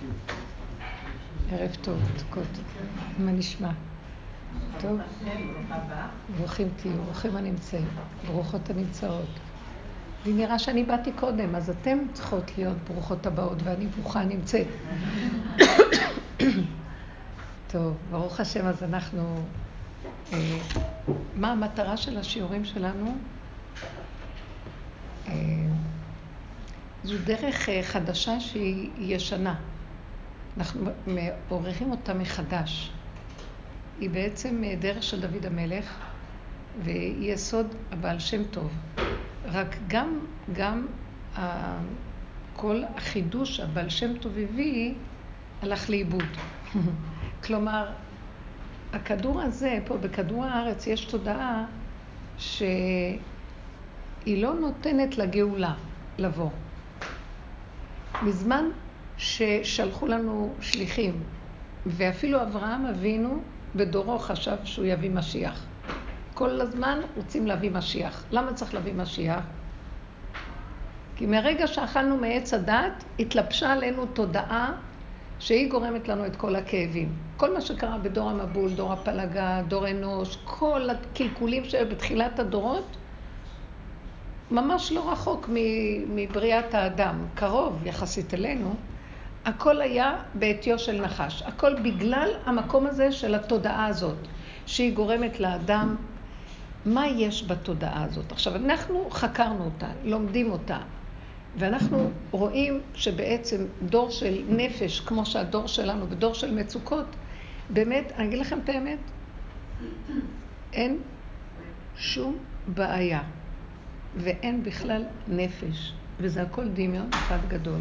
ערב טוב, מתוקות. מה נשמע? טוב? ברוכים תהיו, ברוכים הנמצאים, ברוכות הנמצאות. לי נראה שאני באתי קודם, אז אתם צריכות להיות ברוכות הבאות, ואני ברוכה נמצאת. טוב, ברוך השם, אז אנחנו... מה המטרה של השיעורים שלנו? זו דרך חדשה שהיא ישנה. אנחנו מעוררים אותה מחדש. היא בעצם דרך של דוד המלך, והיא יסוד הבעל שם טוב. רק גם כל החידוש הבעל שם טוב הביא הלך לאיבוד. כלומר, הכדור הזה, פה בכדור הארץ יש תודעה שהיא לא נותנת לגאולה לבוא. מזמן ששלחו לנו שליחים, ואפילו אברהם אבינו בדורו חשב שהוא יביא משיח. כל הזמן רוצים להביא משיח. למה צריך להביא משיח? כי מהרגע שאכלנו מעץ הדת, התלבשה עלינו תודעה שהיא גורמת לנו את כל הכאבים. כל מה שקרה בדור המבול, דור הפלגה, דור אנוש, כל הקלקולים שהיו בתחילת הדורות, ממש לא רחוק מבריאת האדם, קרוב יחסית אלינו, הכל היה בעטיו של נחש. הכל בגלל המקום הזה של התודעה הזאת, שהיא גורמת לאדם. מה יש בתודעה הזאת? עכשיו, אנחנו חקרנו אותה, לומדים אותה, ואנחנו רואים שבעצם דור של נפש, כמו שהדור שלנו, ודור של מצוקות, באמת, אני אגיד לכם את האמת, אין שום בעיה, ואין בכלל נפש, וזה הכל דמיון אחד גדול.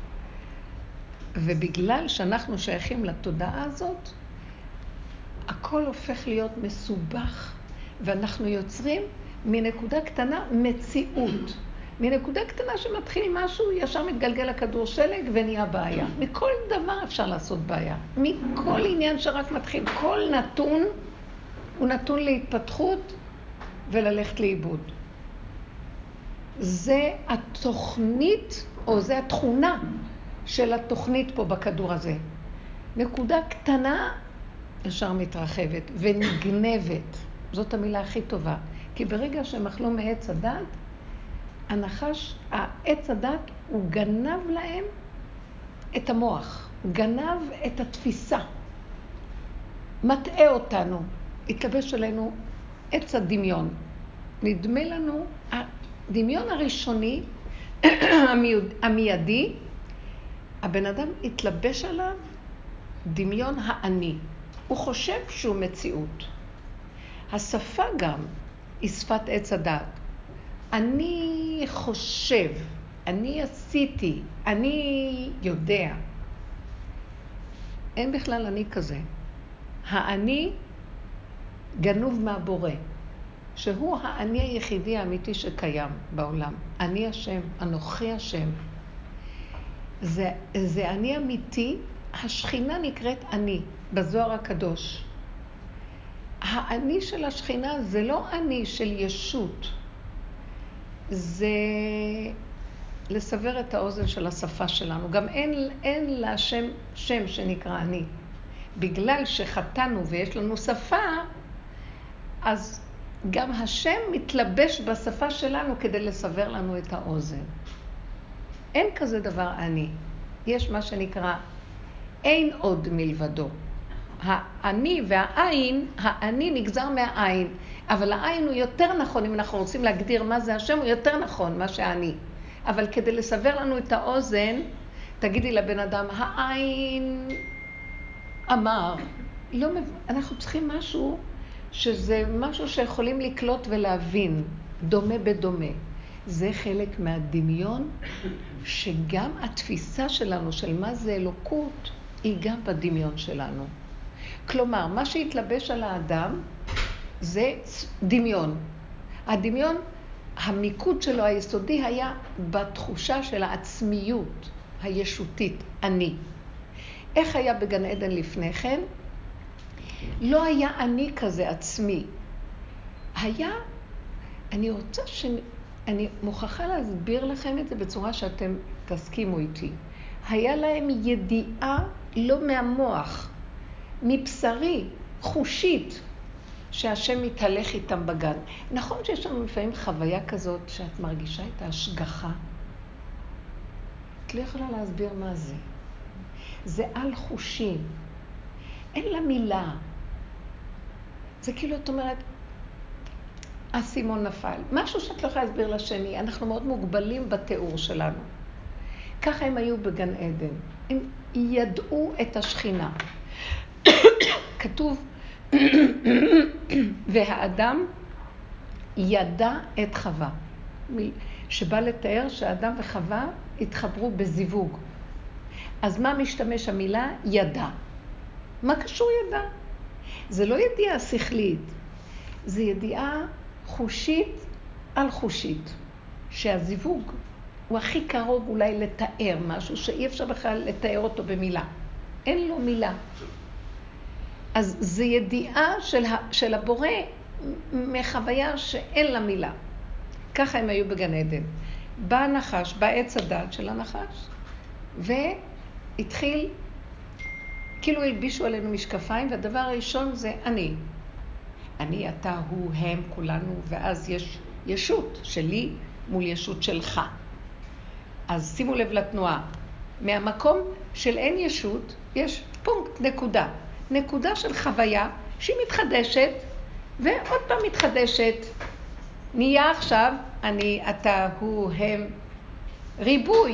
ובגלל שאנחנו שייכים לתודעה הזאת, הכל הופך להיות מסובך, ואנחנו יוצרים מנקודה קטנה מציאות. מנקודה קטנה שמתחיל משהו, ישר מתגלגל הכדור שלג ונהיה בעיה. מכל דבר אפשר לעשות בעיה. מכל עניין שרק מתחיל, כל נתון הוא נתון להתפתחות וללכת לאיבוד. זה התוכנית, או זה התכונה של התוכנית פה בכדור הזה. נקודה קטנה ישר מתרחבת ונגנבת. זאת המילה הכי טובה. כי ברגע שהם אכלו מעץ הדת, הנחש, העץ הדת, הוא גנב להם את המוח. גנב את התפיסה. מטעה אותנו. התלבש עלינו עץ הדמיון. נדמה לנו, הדמיון הראשוני, המיידי, הבן אדם התלבש עליו דמיון האני. הוא חושב שהוא מציאות. השפה גם היא שפת עץ הדת. אני חושב, אני עשיתי, אני יודע. אין בכלל אני כזה. האני גנוב מהבורא, שהוא האני היחידי האמיתי שקיים בעולם. אני השם, אנוכי השם. זה אני אמיתי, השכינה נקראת אני, בזוהר הקדוש. האני של השכינה זה לא אני של ישות, זה לסבר את האוזן של השפה שלנו. גם אין לה שם שנקרא אני. בגלל שחטאנו ויש לנו שפה, אז גם השם מתלבש בשפה שלנו כדי לסבר לנו את האוזן. אין כזה דבר אני. יש מה שנקרא אין עוד מלבדו. האני והעין, האני נגזר מהעין, אבל העין הוא יותר נכון, אם אנחנו רוצים להגדיר מה זה השם, הוא יותר נכון מה שהאני. אבל כדי לסבר לנו את האוזן, תגידי לבן אדם, העין אמר, לא, אנחנו צריכים משהו שזה משהו שיכולים לקלוט ולהבין, דומה בדומה. זה חלק מהדמיון, שגם התפיסה שלנו של מה זה אלוקות, היא גם בדמיון שלנו. כלומר, מה שהתלבש על האדם זה דמיון. הדמיון, המיקוד שלו היסודי היה בתחושה של העצמיות הישותית, אני. איך היה בגן עדן לפני כן? לא היה אני כזה עצמי. היה, אני מוכרחה להסביר לכם את זה בצורה שאתם תסכימו איתי. היה להם ידיעה לא מהמוח, מבשרי, חושית, שהשם מתהלך איתם בגן. נכון שיש לנו לפעמים חוויה כזאת שאת מרגישה את ההשגחה? את לא יכולה להסביר מה זה. זה על חושים. אין לה מילה. זה כאילו, את אומרת, הסימון נפל. משהו שאת לא יכולה להסביר לשני. אנחנו מאוד מוגבלים בתיאור שלנו. ככה הם היו בגן עדן. הם ידעו את השכינה. כתוב, והאדם ידע את חווה. שבא לתאר שהאדם וחווה התחברו בזיווג. אז מה משתמש המילה? ידע. מה קשור ידע? זה לא ידיעה שכלית, זה ידיעה חושית על חושית. שהזיווג הוא הכי קרוב אולי לתאר משהו שאי אפשר בכלל לתאר אותו במילה. אין לו מילה. אז זה ידיעה של הבורא מחוויה שאין לה מילה. ככה הם היו בגן עדן. בא הנחש, בא עץ הדת של הנחש, והתחיל, כאילו הלבישו עלינו משקפיים, והדבר הראשון זה אני. אני, אתה, הוא, הם, כולנו, ואז יש ישות שלי מול ישות שלך. אז שימו לב לתנועה. מהמקום של אין ישות, יש פונקט, נקודה. נקודה של חוויה שהיא מתחדשת, ועוד פעם מתחדשת. נהיה עכשיו, אני, אתה, הוא, הם, ריבוי.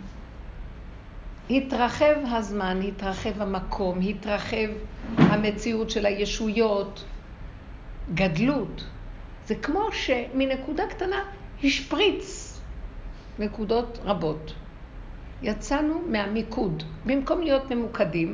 התרחב הזמן, התרחב המקום, התרחב המציאות של הישויות, גדלות. זה כמו שמנקודה קטנה השפריץ נקודות רבות. יצאנו מהמיקוד, במקום להיות ממוקדים,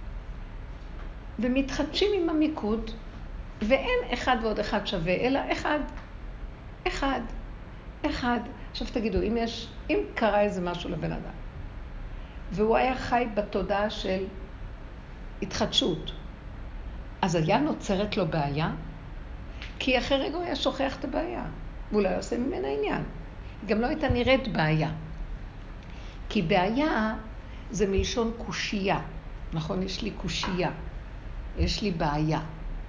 ומתחדשים עם המיקוד, ואין אחד ועוד אחד שווה, אלא אחד. אחד. אחד. עכשיו תגידו, אם קרה איזה משהו לבן אדם, והוא היה חי בתודעה של התחדשות, אז היה נוצרת לו בעיה? כי אחרי רגע הוא היה שוכח את הבעיה, והוא לא עושה ממנה עניין. היא גם לא הייתה נראית בעיה. כי בעיה זה מלשון קושייה. נכון? יש לי קושייה. יש לי בעיה.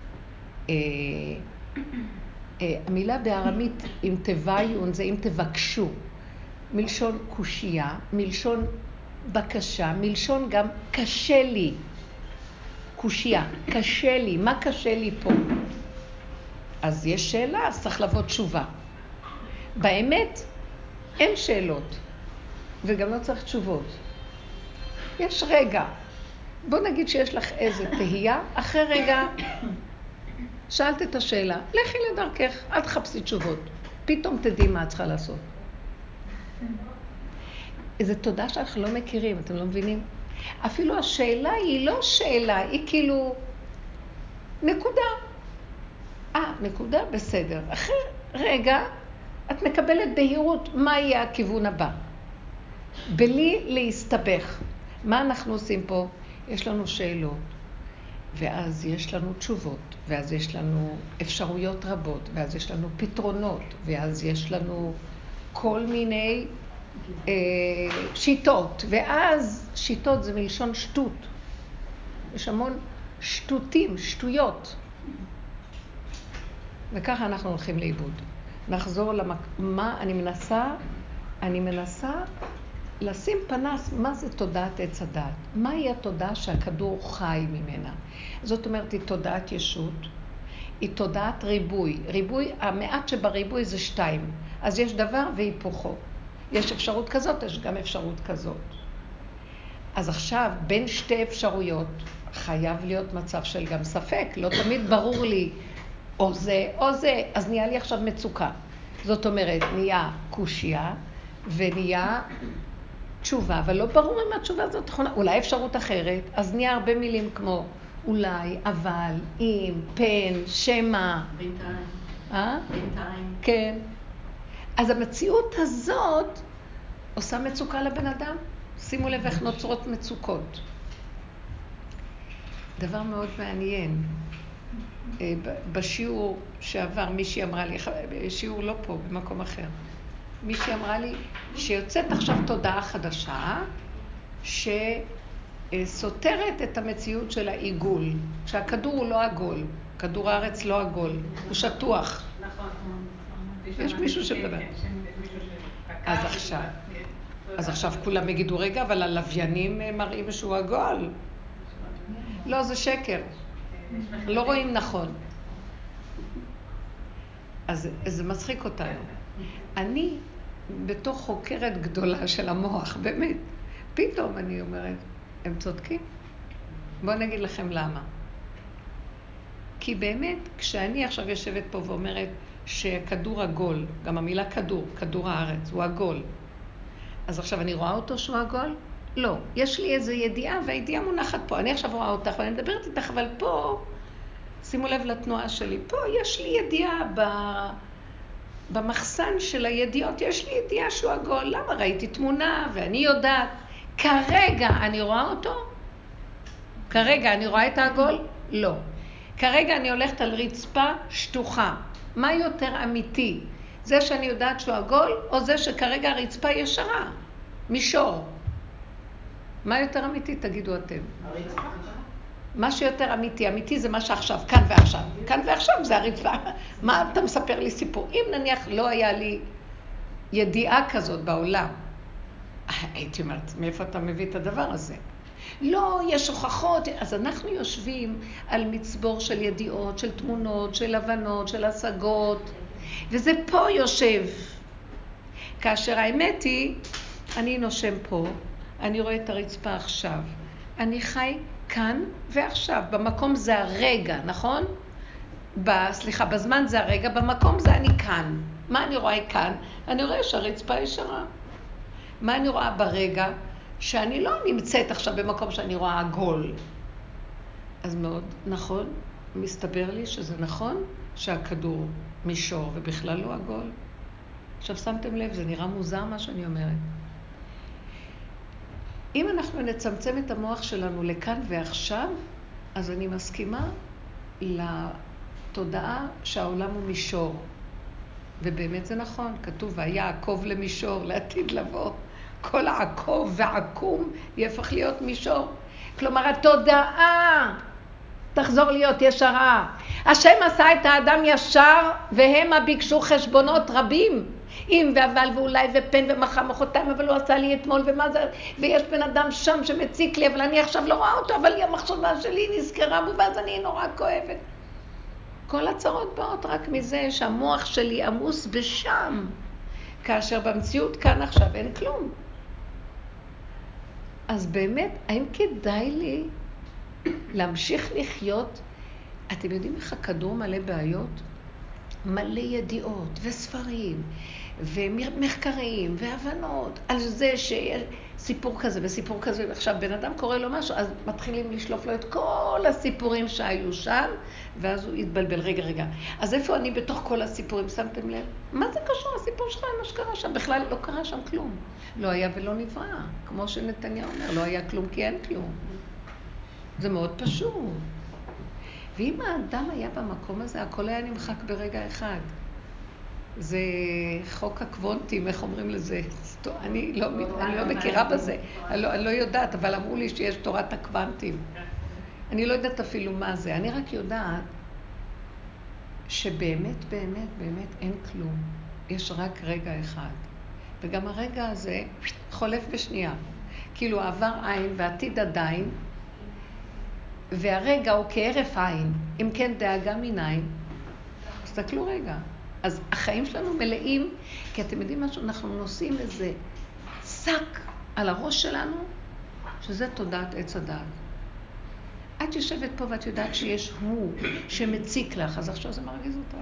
המילה בארמית עם תוויון זה אם תבקשו. מלשון קושייה, מלשון בקשה, מלשון גם קשה לי. קושייה, קשה לי. מה קשה לי פה? אז יש שאלה, אז צריך לבוא תשובה. באמת, אין שאלות. וגם לא צריך תשובות. יש רגע. בוא נגיד שיש לך איזה תהייה, אחרי רגע שאלת את השאלה, לכי לדרכך, אל תחפשי תשובות. פתאום תדעי מה את צריכה לעשות. איזו תודה שאנחנו לא מכירים, אתם לא מבינים? אפילו השאלה היא לא שאלה, היא כאילו נקודה. נקודה בסדר. אחרי רגע את מקבלת בהירות מה יהיה הכיוון הבא. בלי להסתבך. מה אנחנו עושים פה? יש לנו שאלות, ואז יש לנו תשובות, ואז יש לנו אפשרויות רבות, ואז יש לנו פתרונות, ואז יש לנו כל מיני שיטות, ואז שיטות זה מלשון שטות. יש המון שטותים, שטויות. וככה אנחנו הולכים לאיבוד. נחזור מה אני מנסה לשים פנס, מה זה תודעת עץ הדעת? מהי התודעה שהכדור חי ממנה? זאת אומרת, היא תודעת ישות, היא תודעת ריבוי. ריבוי, המעט שבריבוי זה 2. אז יש דבר והיפוכו. יש אפשרות כזאת, יש גם אפשרות כזאת. אז עכשיו, בין שתי אפשרויות, חייב להיות מצב של גם ספק. לא תמיד ברור לי, או זה או זה, אז נהיה לי עכשיו מצוקה. זאת אומרת, נהיה קושיה ונהיה תשובה, אבל לא ברור אם התשובה הזאת נכונה. אולי אפשרות אחרת, אז נהיה הרבה מילים כמו אולי, אבל, אם, פן, שמה. בינתיים. בינתיים. כן. אז המציאות הזאת עושה מצוקה לבן אדם. שימו לב איך נוצרות מצוקות. דבר מאוד מעניין. בשיעור שעבר מישהי אמרה לי, שיעור לא פה, במקום אחר. מישהי אמרה לי שיוצאת עכשיו תודעה חדשה, שסותרת את המציאות של העיגול. שהכדור הוא לא עגול, כדור הארץ לא עגול, הוא שטוח. נכון. יש מישהו שמדבר. אז עכשיו כולם יגידו, רגע, אבל הלוויינים מראים שהוא עגול. לא, זה שקר. לא רואים נכון. אז זה מצחיק אותנו. אני, בתוך חוקרת גדולה של המוח, באמת, פתאום אני אומרת, הם צודקים? בואו נגיד לכם למה. כי באמת, כשאני עכשיו יושבת פה ואומרת שכדור עגול, גם המילה כדור, כדור הארץ, הוא עגול. אז עכשיו אני רואה אותו שהוא עגול? לא. יש לי איזו ידיעה, והידיעה מונחת פה. אני עכשיו רואה אותך ואני מדברת איתך, אבל פה, שימו לב לתנועה שלי, פה יש לי ידיעה במחסן של הידיעות, יש לי ידיעה שהוא עגול. למה? ראיתי תמונה ואני יודעת. כרגע אני רואה אותו? כרגע אני רואה את העגול? לא. כרגע אני הולכת על רצפה שטוחה. מה יותר אמיתי? זה שאני יודעת שהוא עגול, או זה שכרגע הרצפה ישרה? מישור. מה יותר אמיתי? תגידו אתם. הרצפה. מה שיותר אמיתי, אמיתי זה מה שעכשיו, כאן ועכשיו. כאן ועכשיו זה הרצפה. מה אתה מספר לי סיפור? אם נניח לא היה לי ידיעה כזאת בעולם, הייתי אומרת, מאיפה אתה מביא את הדבר הזה? לא, יש הוכחות. אז אנחנו יושבים על מצבור של ידיעות, של תמונות, של הבנות, של השגות, וזה פה יושב. כאשר האמת היא, אני נושם פה, אני רואה את הרצפה עכשיו. אני חי כאן ועכשיו. במקום זה הרגע, נכון? סליחה, בזמן זה הרגע, במקום זה אני כאן. מה אני רואה כאן? אני רואה שהרצפה ישרה. מה אני רואה ברגע? שאני לא נמצאת עכשיו במקום שאני רואה עגול. אז מאוד נכון, מסתבר לי שזה נכון שהכדור מישור ובכלל לא עגול. עכשיו שמתם לב, זה נראה מוזר מה שאני אומרת. אם אנחנו נצמצם את המוח שלנו לכאן ועכשיו, אז אני מסכימה לתודעה שהעולם הוא מישור. ובאמת זה נכון, כתוב, והיה עקוב למישור, לעתיד לבוא. כל העקוב והעקום יהפך להיות מישור. כלומר, התודעה תחזור להיות ישרה. השם עשה את האדם ישר, והם ביקשו חשבונות רבים. אם ואבל ואולי ופן ומחר מחרתיים, אבל הוא עשה לי אתמול ומה זה, ויש בן אדם שם שמציק לי, אבל אני עכשיו לא רואה אותו, אבל המחשבה שלי נזכרה בו, ואז אני נורא כואבת. כל הצרות באות רק מזה שהמוח שלי עמוס בשם, כאשר במציאות כאן עכשיו אין כלום. אז באמת, האם כדאי לי להמשיך לחיות? אתם יודעים איך הכדור מלא בעיות? מלא ידיעות וספרים ומחקרים והבנות על זה שיש סיפור כזה וסיפור כזה, ועכשיו בן אדם קורא לו משהו, אז מתחילים לשלוף לו את כל הסיפורים שהיו שם, ואז הוא יתבלבל, רגע. אז איפה אני בתוך כל הסיפורים? שמתם לב? מה זה קשור הסיפור שלך עם מה שקרה שם? בכלל לא קרה שם כלום. לא היה ולא נברא. כמו שנתניהו אומר, לא היה כלום כי אין כלום. זה מאוד פשוט. ואם האדם היה במקום הזה, הכל היה נמחק ברגע אחד. זה חוק הקוונטים, איך אומרים לזה? אני לא מכירה בזה, אני לא יודעת, אבל אמרו לי שיש תורת הקוונטים. אני לא יודעת אפילו מה זה, אני רק יודעת שבאמת, באמת אין כלום. יש רק רגע אחד. וגם הרגע הזה חולף בשנייה. כאילו העבר עין ועתיד עדיין, והרגע הוא כערף עין, אם כן דאגה מנין. תסתכלו רגע. אז החיים שלנו מלאים, כי אתם יודעים משהו, אנחנו נושאים איזה שק על הראש שלנו, שזה תודעת עץ הדעת. את יושבת פה ואת יודעת שיש הוא שמציק לך, אז עכשיו זה מרגיז אותך.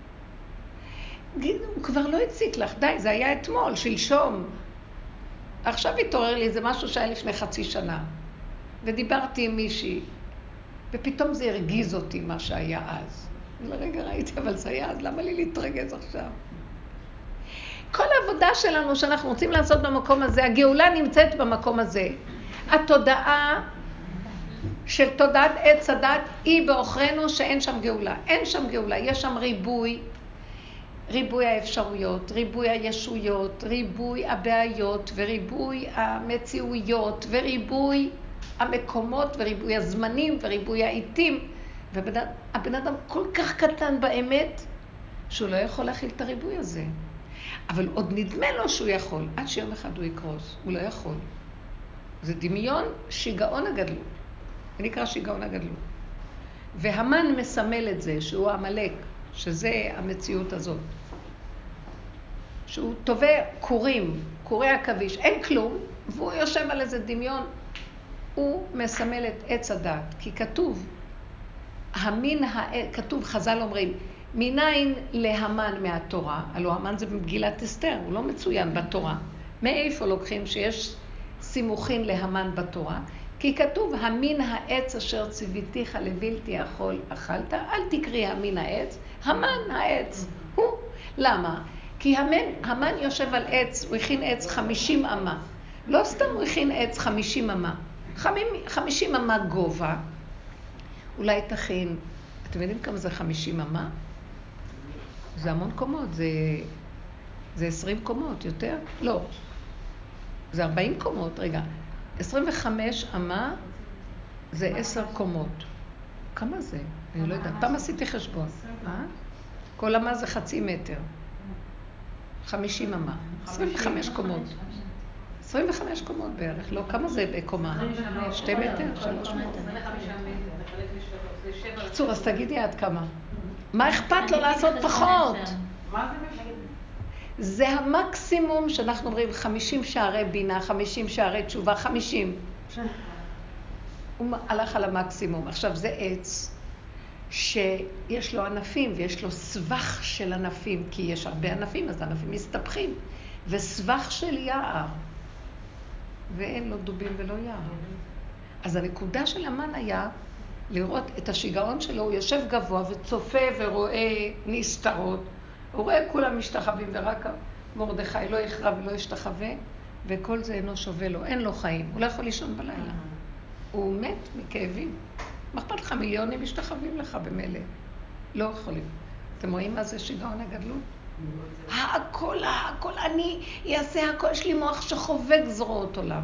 הוא כבר לא הציק לך, די, זה היה אתמול, שלשום. עכשיו התעורר לי, זה משהו שהיה לפני חצי שנה. ודיברתי עם מישהי, ופתאום זה הרגיז אותי מה שהיה אז. לרגע ראיתי, אבל זה היה, אז למה לי להתרגז עכשיו? כל העבודה שלנו שאנחנו רוצים לעשות במקום הזה, הגאולה נמצאת במקום הזה. התודעה של תודעת עץ הדת היא באוכרנו שאין שם גאולה. אין שם גאולה, יש שם ריבוי. ריבוי האפשרויות, ריבוי הישויות, ריבוי הבעיות וריבוי המציאויות וריבוי המקומות וריבוי הזמנים וריבוי העיתים. והבן אדם כל כך קטן באמת שהוא לא יכול להכיל את הריבוי הזה. אבל עוד נדמה לו שהוא יכול, עד שיום אחד הוא יקרוס, הוא לא יכול. זה דמיון שיגעון הגדלות. זה נקרא שיגעון הגדלות. והמן מסמל את זה, שהוא המלאק, שזה המציאות הזאת. שהוא טובע קורים, קורי עכביש, אין כלום, והוא יושב על איזה דמיון. הוא מסמל את עץ הדת, כי כתוב, כתוב, חז"ל אומרים, מניין להמן מהתורה, הלוא המן זה במגילת אסתר, הוא לא מצוין בתורה. מאיפה לוקחים שיש סימוכין להמן בתורה? כי כתוב, המין העץ אשר ציוויתיך לבלתי אכול אכלת, אל תקרי המין העץ, המן העץ הוא. למה? כי המן יושב על עץ, הוא הכין עץ 50 אמה. לא סתם הוא הכין עץ 50 אמה. 50 אמה גובה. אולי תכין, אתם יודעים כמה זה 50 אמה? זה המון קומות, זה 20 קומות, יותר? לא. זה 40 קומות, רגע. 25 אמה זה 10 קומות. כמה זה? אני לא יודעת. פעם עשיתי חשבון. כל אמה זה חצי מטר. 50 אמה. 25 קומות. 25 קומות בערך. לא, כמה זה בקומה? 2 מטר? 3 מטר? קיצור, אז תגידי עד כמה. מה אכפת לו לעשות פחות? מה זה משנה? זה המקסימום שאנחנו אומרים 50 שערי בינה, 50 שערי תשובה, 50. הוא הלך על המקסימום. עכשיו זה עץ שיש לו ענפים ויש לו סבך של ענפים, כי יש הרבה ענפים, אז הענפים מסתבכים. וסבך של יער. ואין לו דובים ולא יער. אז הנקודה של המן היה לראות את השיגעון שלו, הוא יושב גבוה וצופה ורואה נסתרות. הוא רואה כולם משתחווים ורק מרדכי לא יכרע ולא ישתחווה, וכל זה אינו שווה לו, אין לו חיים, הוא לא יכול לישון בלילה. הוא מת מכאבים. מה אכפת לך? מיליונים משתחווים לך במילא. לא יכולים. אתם רואים מה זה שיגעון הגדלות? הכל, אני אעשה הכל, יש לי מוח שחובק זרועות עולם.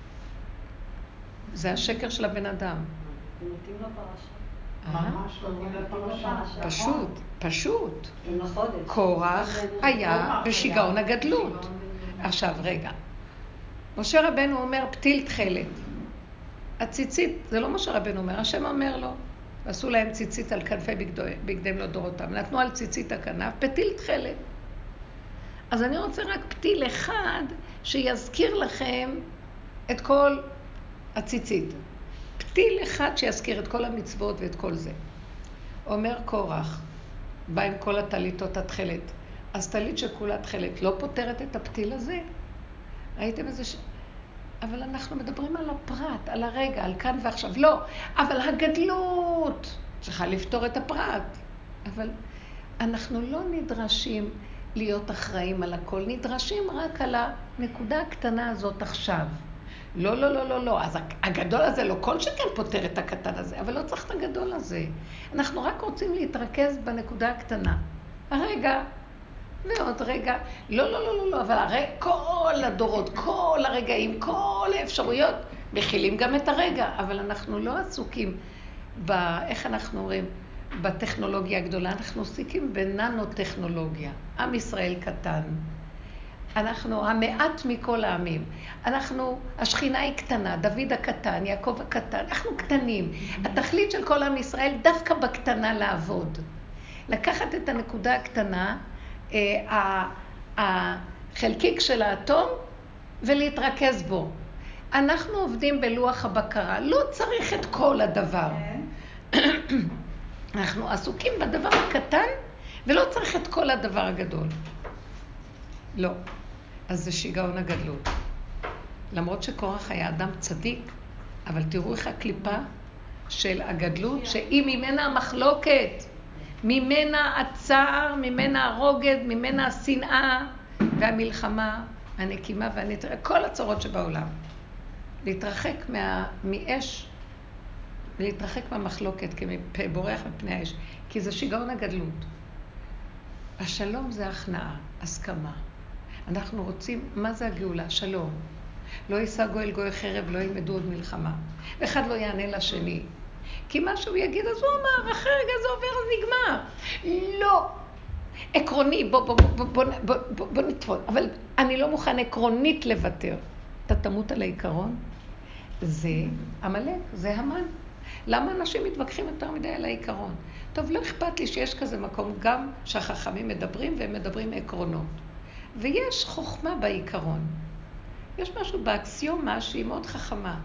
זה השקר של הבן אדם. מתאים לפרשה. ממש מתאים לפרשה. פשוט. קורח היה בשיגעון הגדלות. עכשיו, רגע. משה רבנו אומר, פתיל תכלת. הציצית, זה לא משה רבנו אומר, השם אומר לו. עשו להם ציצית על כנפי בגדיהם לדורותם. נתנו על ציצית הכנף, פתיל תכלת. אז אני רוצה רק פתיל אחד שיזכיר לכם את כל הציצית. פתיל אחד שיזכיר את כל המצוות ואת כל זה. אומר קורח, בא עם כל הטליתות התכלת. אז טלית שכולה תכלת לא פותרת את הפתיל הזה? ראיתם איזה אבל אנחנו מדברים על הפרט, על הרגע, על כאן ועכשיו. לא, אבל הגדלות צריכה לפתור את הפרט. אבל אנחנו לא נדרשים להיות אחראים על הכל, נדרשים רק על הנקודה הקטנה הזאת עכשיו. לא. אז הגדול הזה לא כל שכן פותר את הקטן הזה, אבל לא צריך את הגדול הזה. אנחנו רק רוצים להתרכז בנקודה הקטנה. הרגע, ועוד רגע. לא, אבל הרי כל הדורות, כל הרגעים, כל האפשרויות, מכילים גם את הרגע, אבל אנחנו לא עסוקים איך אנחנו אומרים? בטכנולוגיה הגדולה, אנחנו עוסקים בננו-טכנולוגיה. עם ישראל קטן. אנחנו המעט מכל העמים. השכינה היא קטנה, דוד הקטן, יעקב הקטן, אנחנו קטנים. התכלית של כל עם ישראל דווקא בקטנה לעבוד. לקחת את הנקודה הקטנה, החלקיק של האטום, ולהתרכז בו. אנחנו עובדים בלוח הבקרה, לא צריך את כל הדבר. אנחנו עסוקים בדבר הקטן, ולא צריך את כל הדבר הגדול. לא. אז זה שיגעון הגדלות. למרות שקורח היה אדם צדיק, אבל תראו איך הקליפה של הגדלות, שהיא ממנה המחלוקת, ממנה הצער, ממנה הרוגד, ממנה השנאה והמלחמה, הנקימה כל הצרות שבעולם. להתרחק מאש, להתרחק מהמחלוקת, כבורח מפני האש, כי זה שיגעון הגדלות. השלום זה הכנעה, הסכמה. אנחנו רוצים, מה זה הגאולה? שלום. לא יישא גוי אל גוי חרב, לא ילמדו עוד מלחמה. ואחד לא יענה לשני. כי מה שהוא יגיד, אז הוא אמר, אחרי רגע זה עובר, אז נגמר. לא. עקרוני, בוא נתפול. אבל אני לא מוכן עקרונית לוותר. אתה תמות על העיקרון? זה עמלק, זה המן. למה אנשים מתווכחים יותר מדי על העיקרון? טוב, לא אכפת לי שיש כזה מקום גם שהחכמים מדברים והם מדברים עקרונות. ויש חוכמה בעיקרון. יש משהו באקסיומה שהיא מאוד חכמה.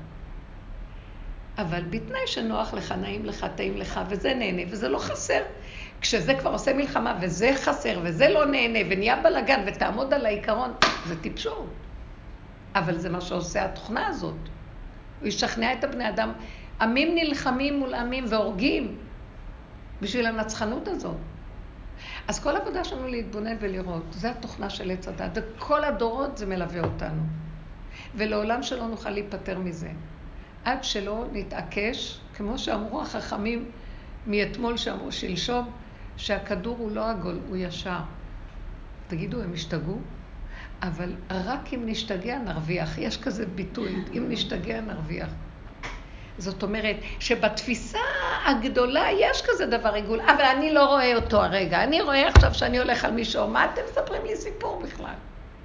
אבל בתנאי שנוח לך, נעים לך, טעים לך, וזה נהנה, וזה לא חסר. כשזה כבר עושה מלחמה, וזה חסר, וזה לא נהנה, ונהיה בלגן, ותעמוד על העיקרון, זה טיפשות. אבל זה מה שעושה התוכנה הזאת. הוא ישכנע את הבני אדם. עמים נלחמים מול עמים והורגים בשביל הנצחנות הזאת. אז כל העבודה שלנו להתבונן ולראות, זה התוכנה של עץ הדת, וכל הדורות זה מלווה אותנו. ולעולם שלא נוכל להיפטר מזה. עד שלא נתעקש, כמו שאמרו החכמים מאתמול שאמרו שלשום, שהכדור הוא לא עגול, הוא ישר. תגידו, הם השתגעו? אבל רק אם נשתגע נרוויח. יש כזה ביטוי, אם נשתגע נרוויח. זאת אומרת שבתפיסה הגדולה יש כזה דבר עיגול, אבל אני לא רואה אותו הרגע. אני רואה עכשיו שאני הולך על מישהו, מה אתם מספרים לי סיפור בכלל?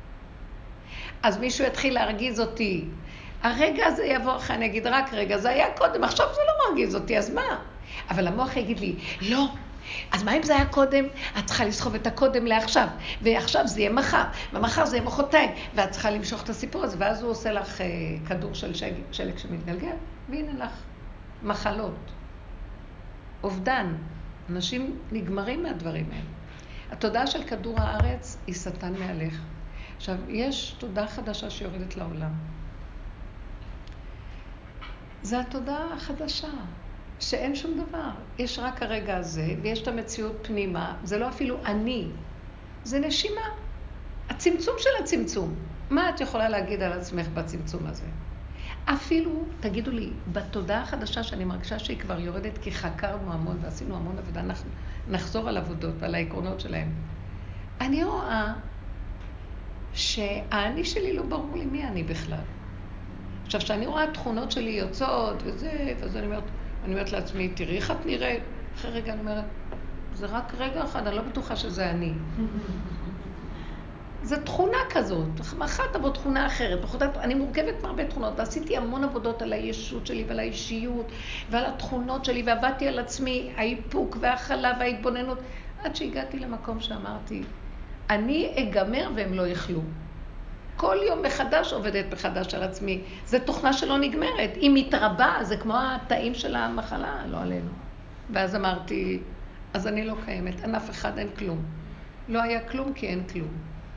אז מישהו יתחיל להרגיז אותי. הרגע הזה יבוא אחרי, אני אגיד רק רגע, זה היה קודם, עכשיו זה לא מרגיז אותי, אז מה? אבל המוח יגיד לי, לא, אז מה אם זה היה קודם? את צריכה לסחוב את הקודם לעכשיו, ועכשיו זה יהיה מחר, ומחר זה יהיה מחרתיים, ואת צריכה למשוך את הסיפור הזה, ואז הוא עושה לך כדור של שלג שמתגלגל, והנה לך מחלות, אובדן, אנשים נגמרים מהדברים האלה. התודעה של כדור הארץ היא שטן מהלך. עכשיו, יש תודעה חדשה שיורדת לעולם. זה התודעה החדשה, שאין שום דבר. יש רק הרגע הזה, ויש את המציאות פנימה. זה לא אפילו אני, זה נשימה. הצמצום של הצמצום. מה את יכולה להגיד על עצמך בצמצום הזה? אפילו, תגידו לי, בתודעה החדשה שאני מרגישה שהיא כבר יורדת, כי חקרנו המון ועשינו המון עבודה, אנחנו נחזור על עבודות ועל העקרונות שלהם. אני רואה שהאני שלי לא ברור לי מי אני בכלל. עכשיו, שאני רואה תכונות שלי יוצאות וזה, ואז אני אומרת לעצמי, תראי איך את נראית. אחרי רגע אני אומרת, זה רק רגע אחד, אני לא בטוחה שזה אני. זה תכונה כזאת, מחר תבוא תכונה אחרת. אני מורכבת מהרבה תכונות, ועשיתי המון עבודות על הישות שלי ועל האישיות, ועל התכונות שלי, ועבדתי על עצמי, האיפוק והחלה וההתבוננות, עד שהגעתי למקום שאמרתי, אני אגמר והם לא יחלו. כל יום מחדש עובדת מחדש על עצמי. זו תוכנה שלא נגמרת. היא מתרבה, זה כמו התאים של המחלה, לא עלינו. ואז אמרתי, אז אני לא קיימת, אין אף אחד, אין כלום. לא היה כלום כי אין כלום.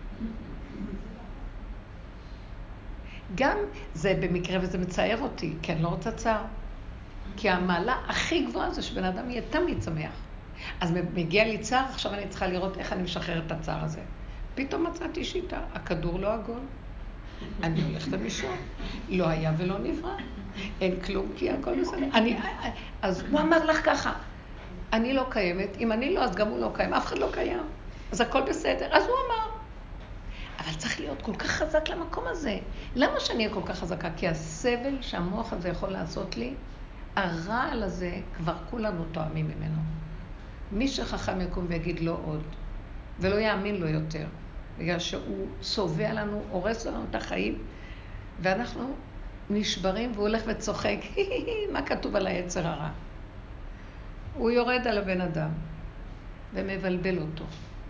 גם זה במקרה וזה מצער אותי, כי אני לא רוצה צער. כי המעלה הכי גבוהה זה שבן אדם יהיה תמיד שמח. אז מגיע לי צער, עכשיו אני צריכה לראות איך אני משחררת את הצער הזה. פתאום מצאתי שיטה, הכדור לא עגול. אני הולכת למישור, לא היה ולא נברא. אין כלום כי הכל בסדר. אז הוא אמר לך ככה, אני לא קיימת, אם אני לא אז גם הוא לא קיים, אף אחד לא קיים. אז הכל בסדר, אז הוא אמר. אבל צריך להיות כל כך חזק למקום הזה. למה שאני אהיה כל כך חזקה? כי הסבל שהמוח הזה יכול לעשות לי, הרעל הזה כבר כולנו תואמים ממנו. מי שחכם יקום ויגיד לא עוד, ולא יאמין לו יותר, בגלל שהוא צובע לנו, הורס לנו את החיים, ואנחנו נשברים והוא הולך וצוחק, מה כתוב על היצר הרע? הוא יורד על הבן אדם ומבלבל אותו.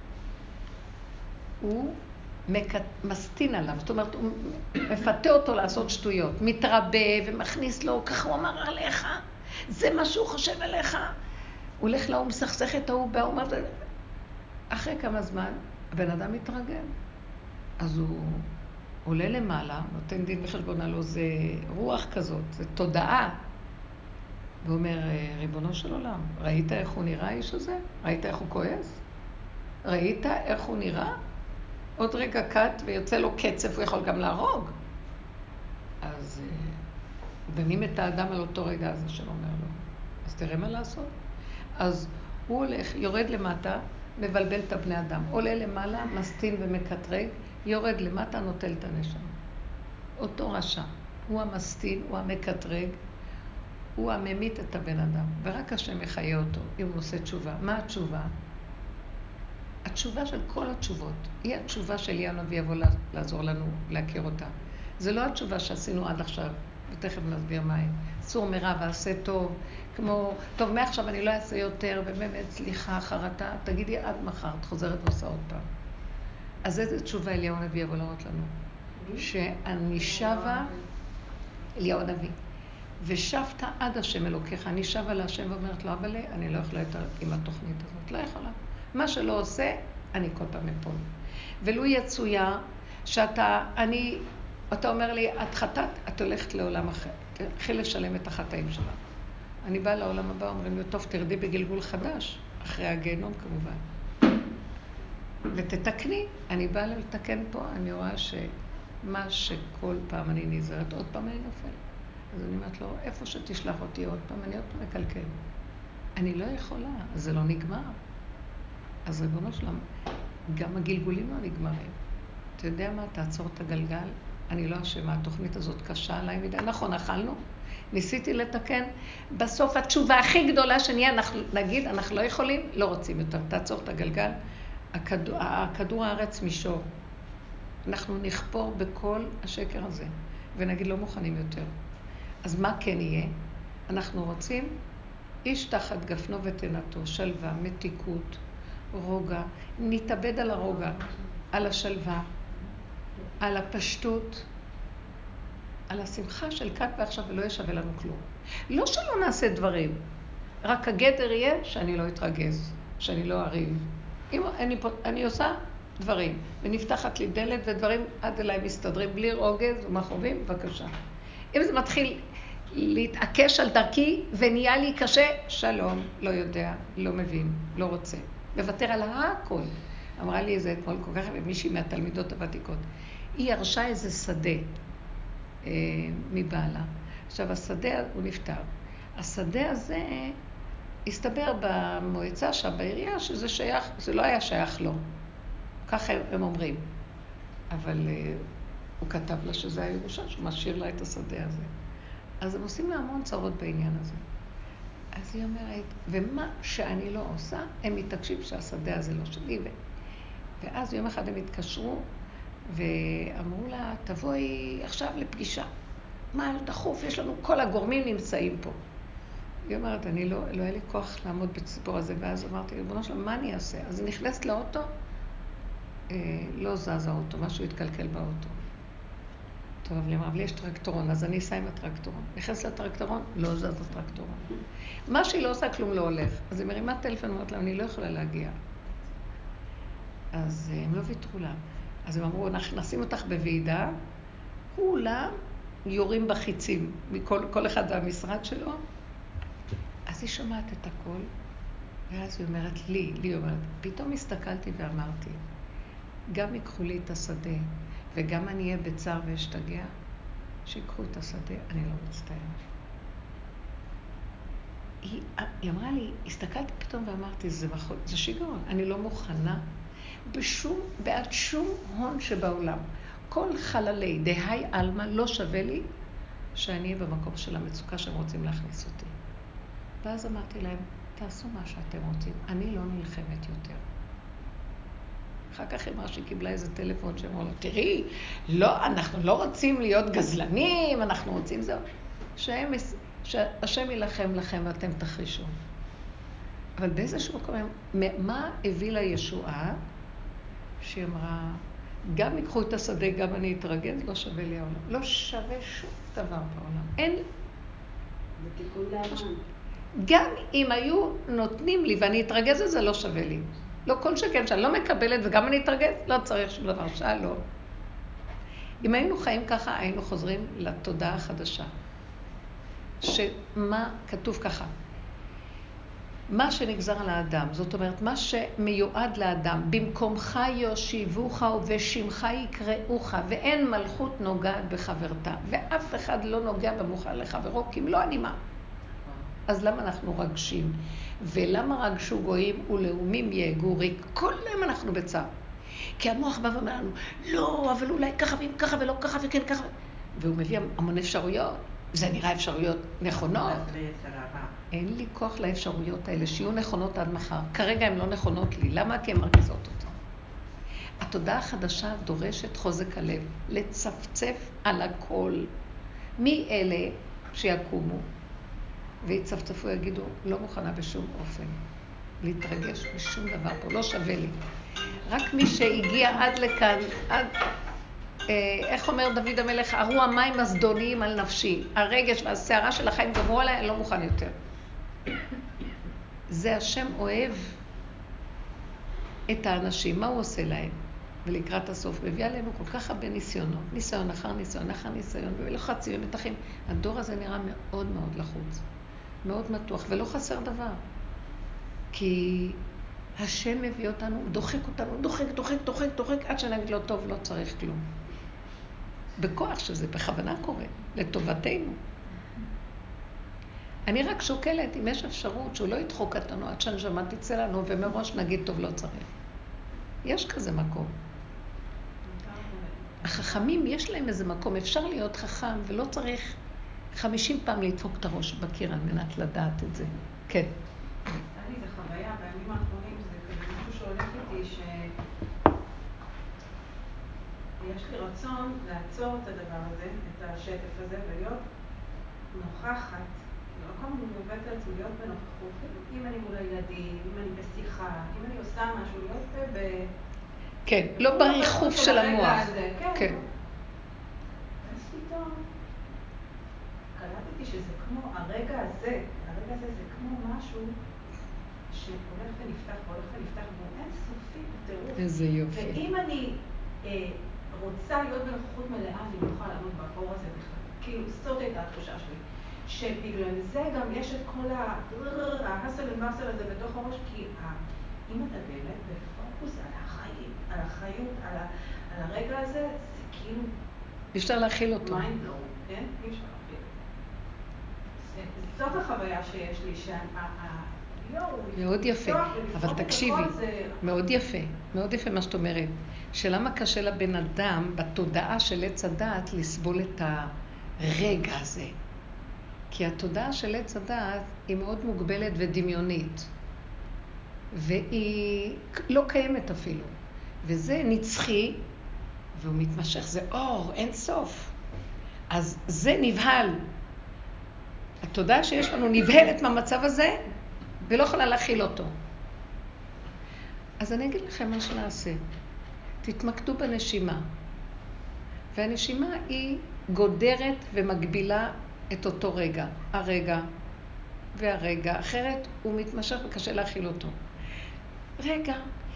הוא מסתין עליו, זאת אומרת, הוא מפתה אותו לעשות שטויות, מתרבה ומכניס לו, ככה הוא אמר עליך, זה מה שהוא חושב עליך. הוא הולך לה, הוא מסכסך את ההוא, הוא אומר, אחרי כמה זמן, הבן אדם מתרגל. אז הוא עולה למעלה, נותן דין בחשבון עלו, זה רוח כזאת, זה תודעה. והוא אומר, ריבונו של עולם, ראית איך הוא נראה האיש הזה? ראית איך הוא כועס? ראית איך הוא נראה? עוד רגע קט ויוצא לו קצף, הוא יכול גם להרוג. אז דנים את האדם על אותו רגע הזה שאומר לו, אז תראה מה לעשות. אז הוא הולך, יורד למטה, מבלבל את הבני אדם. עולה למעלה, מסטין ומקטרג, יורד למטה, נוטל את הנשמה. אותו רשע. הוא המסטין, הוא המקטרג, הוא הממית את הבן אדם. ורק השם יחיה אותו, אם הוא עושה תשובה. מה התשובה? התשובה של כל התשובות. היא התשובה של אליהו הנביא יבוא לעזור לנו להכיר אותה. זה לא התשובה שעשינו עד עכשיו, ותכף נסביר מה היא. סור מרע ועשה טוב, כמו, טוב, מעכשיו אני לא אעשה יותר, ובאמת, סליחה, חרטה, תגידי עד מחר, את חוזרת ועושה עוד פעם. אז איזה תשובה אליהו הנביא יבוא להראות לנו? שאני שווה, אליהו הנביא, ושבת עד השם אלוקיך, אני שווה להשם ואומרת לו, אבל אני לא יכולה יותר עם התוכנית הזאת, לא יכולה. מה שלא עושה, אני כל פעם אפול. ולו יצויה שאתה, אתה אומר לי, את חטאת, את הולכת לעולם אחר. תלכי לשלם את החטאים שלה. אני באה לעולם הבא, אומרים לי, טוב, תרדי בגלגול חדש, אחרי הגיהנום כמובן. ותתקני. אני באה לתקן פה, אני רואה שמה שכל פעם אני נזהרת, עוד פעם אני נופל. אז אני אומרת לו, איפה שתשלח אותי עוד פעם, אני עוד פעם מקלקל. אני לא יכולה, אז זה לא נגמר. אז ריבונו שלם, גם הגלגולים לא נגמרים. אתה יודע מה? תעצור את הגלגל. אני לא אשמה, התוכנית הזאת קשה עליי מדי. נכון, אכלנו, ניסיתי לתקן. בסוף התשובה הכי גדולה שנהיה, נגיד, אנחנו לא יכולים, לא רוצים יותר. תעצור את הגלגל. הכדור הארץ מישור. אנחנו נכפור בכל השקר הזה, ונגיד לא מוכנים יותר. אז מה כן יהיה? אנחנו רוצים איש תחת גפנו ותנתו, שלווה, מתיקות, רוגע. נתאבד על הרוגע, על השלווה, על הפשטות, על השמחה של כאן ועכשיו, ולא ישווה לנו כלום. לא שלא נעשה דברים, רק הגדר יהיה שאני לא אתרגז, שאני לא אריב. אם אני עושה דברים, ונפתחת לי דלת ודברים עד אליי מסתדרים בלי רוגז ומחובים, בבקשה. אם זה מתחיל להתעקש על דרכי ונהיה לי קשה, שלום, לא יודע, לא מבין, לא רוצה. מוותר על הכל. אמרה לי איזה אתמול כל כך מישהי מהתלמידות הוותיקות. היא ירשה איזה שדה מבעלה. עכשיו השדה הוא נפטר. השדה הזה הסתבר במועצה שם בעירייה שזה שייך, זה לא היה שייך לו. ככה הם אומרים. אבל הוא כתב לה שזה הירושה, שהוא משאיר לה את השדה הזה. אז הם עושים לה המון צרות בעניין הזה. אז היא אומרת, ומה שאני לא עושה, הם מתעקשים שהשדה הזה לא שלי. ואז יום אחד הם התקשרו, ואמרו לה, תבואי עכשיו לפגישה. מה דחוף? יש לנו, כל הגורמים נמצאים פה. היא אומרת, אני לא היה לי כוח לעמוד בציפור הזה, ואז אמרתי, ריבונו שלום, מה אני אעשה? אז היא נכנסת לאוטו, לא זז האוטו, משהו התקלקל באוטו. טוב, אבל יש טרקטורון, אז אני אסע עם הטרקטורון. נכנס לטרקטורון, לא זז הטרקטורון. מה שהיא לא עושה, כלום לא הולך. אז היא מרימה טלפון, אומרת לה, אני לא יכולה להגיע. אז הם לא ויתרו לה. אז הם אמרו, אנחנו נשים אותך בוועידה, כולם יורים בחיצים, כל אחד והמשרד שלו. אז היא שומעת את הכל, ואז היא אומרת לי אומרת, פתאום הסתכלתי ואמרתי, גם ייקחו לי את השדה, וגם אני אהיה בצער ואשתגע, שיקחו את השדה, אני לא מצטערת. היא אמרה לי, הסתכלתי פתאום ואמרתי, זה שיגעון, אני לא מוכנה בעד שום הון שבעולם. כל חללי דהי אלמה לא שווה לי שאני אהיה במקום של המצוקה שהם רוצים להכניס אותי. ואז אמרתי להם, תעשו מה שאתם רוצים, אני לא נלחמת יותר. אחר כך אמרה שהיא קיבלה איזה טלפון שאמרו לה, תראי, לא, אנחנו לא רוצים להיות גזלנים, אנחנו רוצים זהו. שהשם ילחם לכם ואתם תחרישו. אבל באיזשהו מקום, מה הביא לה ישועה? שהיא אמרה, גם ייקחו את השדה, גם אני אתרגז, לא שווה לי העולם. לא שווה שום דבר בעולם. אין... בתיקון לאמן. גם אם היו נותנים לי ואני אתרגז את זה, לא שווה לי. לא כל שכן שאני לא מקבלת וגם אני אתרגז, לא צריך שום דבר. לא. אם היינו חיים ככה, היינו חוזרים לתודעה החדשה. שמה כתוב ככה? מה שנגזר על האדם, זאת אומרת, מה שמיועד לאדם, במקומך יושיבוך ובשמך יקראוך, ואין מלכות נוגעת בחברתה, ואף אחד לא נוגע במוחה לחברו, כי אם לא אני מה. אז למה אנחנו רגשים? ולמה רגשו גויים ולאומים יהגו ריק? כל יום אנחנו בצער. כי המוח בא ואומר לנו, לא, אבל אולי ככה ואם ככה ולא ככה וכן ככה. והוא מביא המון אפשרויות. זה נראה אפשרויות נכונות. אין לי כוח לאפשרויות האלה, שיהיו נכונות עד מחר. כרגע הן לא נכונות לי. למה? כי הן מרגיזות אותי. התודעה החדשה דורשת חוזק הלב, לצפצף על הכל. מי אלה שיקומו ויצפצפו, יגידו, לא מוכנה בשום אופן להתרגש בשום דבר פה, לא שווה לי. רק מי שהגיע עד לכאן, איך אומר דוד המלך, ארו המים הזדוניים על נפשי, הרגש והשערה של החיים גמרו עליי, אני לא מוכן יותר. זה השם אוהב את האנשים, מה הוא עושה להם? ולקראת הסוף, מביא עלינו כל כך הרבה ניסיונות, ניסיון אחר ניסיון אחר ניסיון, ולחצים ומתחים. הדור הזה נראה מאוד מאוד לחוץ, מאוד מתוח, ולא חסר דבר. כי השם מביא אותנו, דוחק אותנו, דוחק, עד שנגיד לו, טוב, לא צריך כלום. בכוח שזה בכוונה קורה, לטובתנו. אני רק שוקלת, אם יש אפשרות שהוא לא ידחוק אותנו, עד שהנשמה תצא לנו, ומראש נגיד, טוב, לא צריך. יש כזה מקום. החכמים, יש להם איזה מקום, אפשר להיות חכם, ולא צריך 50 פעם לדפוק את הראש בקיר, על מנת לדעת את זה. כן. אני, זה חוויה, בימים האחרונים זה כזה משהו שהולך איתי, שיש לי רצון לעצור את הדבר הזה, את השטף הזה, ולהיות נוכחת. לא כל אני עובדת על עצמי להיות בנוכחות, אם אני מול הילדים, אם אני בשיחה, אם אני עושה משהו, להיות כן, לא בריחוף של המוח. כן. אז פתאום קלטתי שזה כמו הרגע הזה זה כמו משהו שהולך ונפתח, והוא אינסופי בטירוף. איזה יופי. ואם אני רוצה להיות בנוכחות מלאה, אני לא יכולה לעמוד באור הזה בכלל. כאילו, זאת הייתה התחושה שלי. שבגלל זה גם יש את כל ההסל ומסל הזה בתוך הראש, כי אם אתה באמת בפוקוס על החיים, על החיות, על הרגע הזה, זה כאילו... אפשר להכיל אותו. מיינד בלואו, כן? אי אפשר להכיל את זה. זאת החוויה שיש לי, מאוד יפה, אבל תקשיבי, מאוד יפה מה שאת אומרת, שלמה קשה לבן אדם בתודעה של עץ הדעת לסבול את הרגע הזה. כי התודעה של עץ הדעת היא מאוד מוגבלת ודמיונית, והיא לא קיימת אפילו, וזה נצחי, והוא מתמשך, זה אור, אין סוף. אז זה נבהל. התודעה שיש לנו נבהלת מהמצב הזה, ולא יכולה להכיל אותו. אז אני אגיד לכם מה שנעשה. תתמקדו בנשימה. והנשימה היא גודרת ומגבילה את אותו רגע. הרגע והרגע. אחרת הוא מתמשך וקשה להכיל אותו. רגע,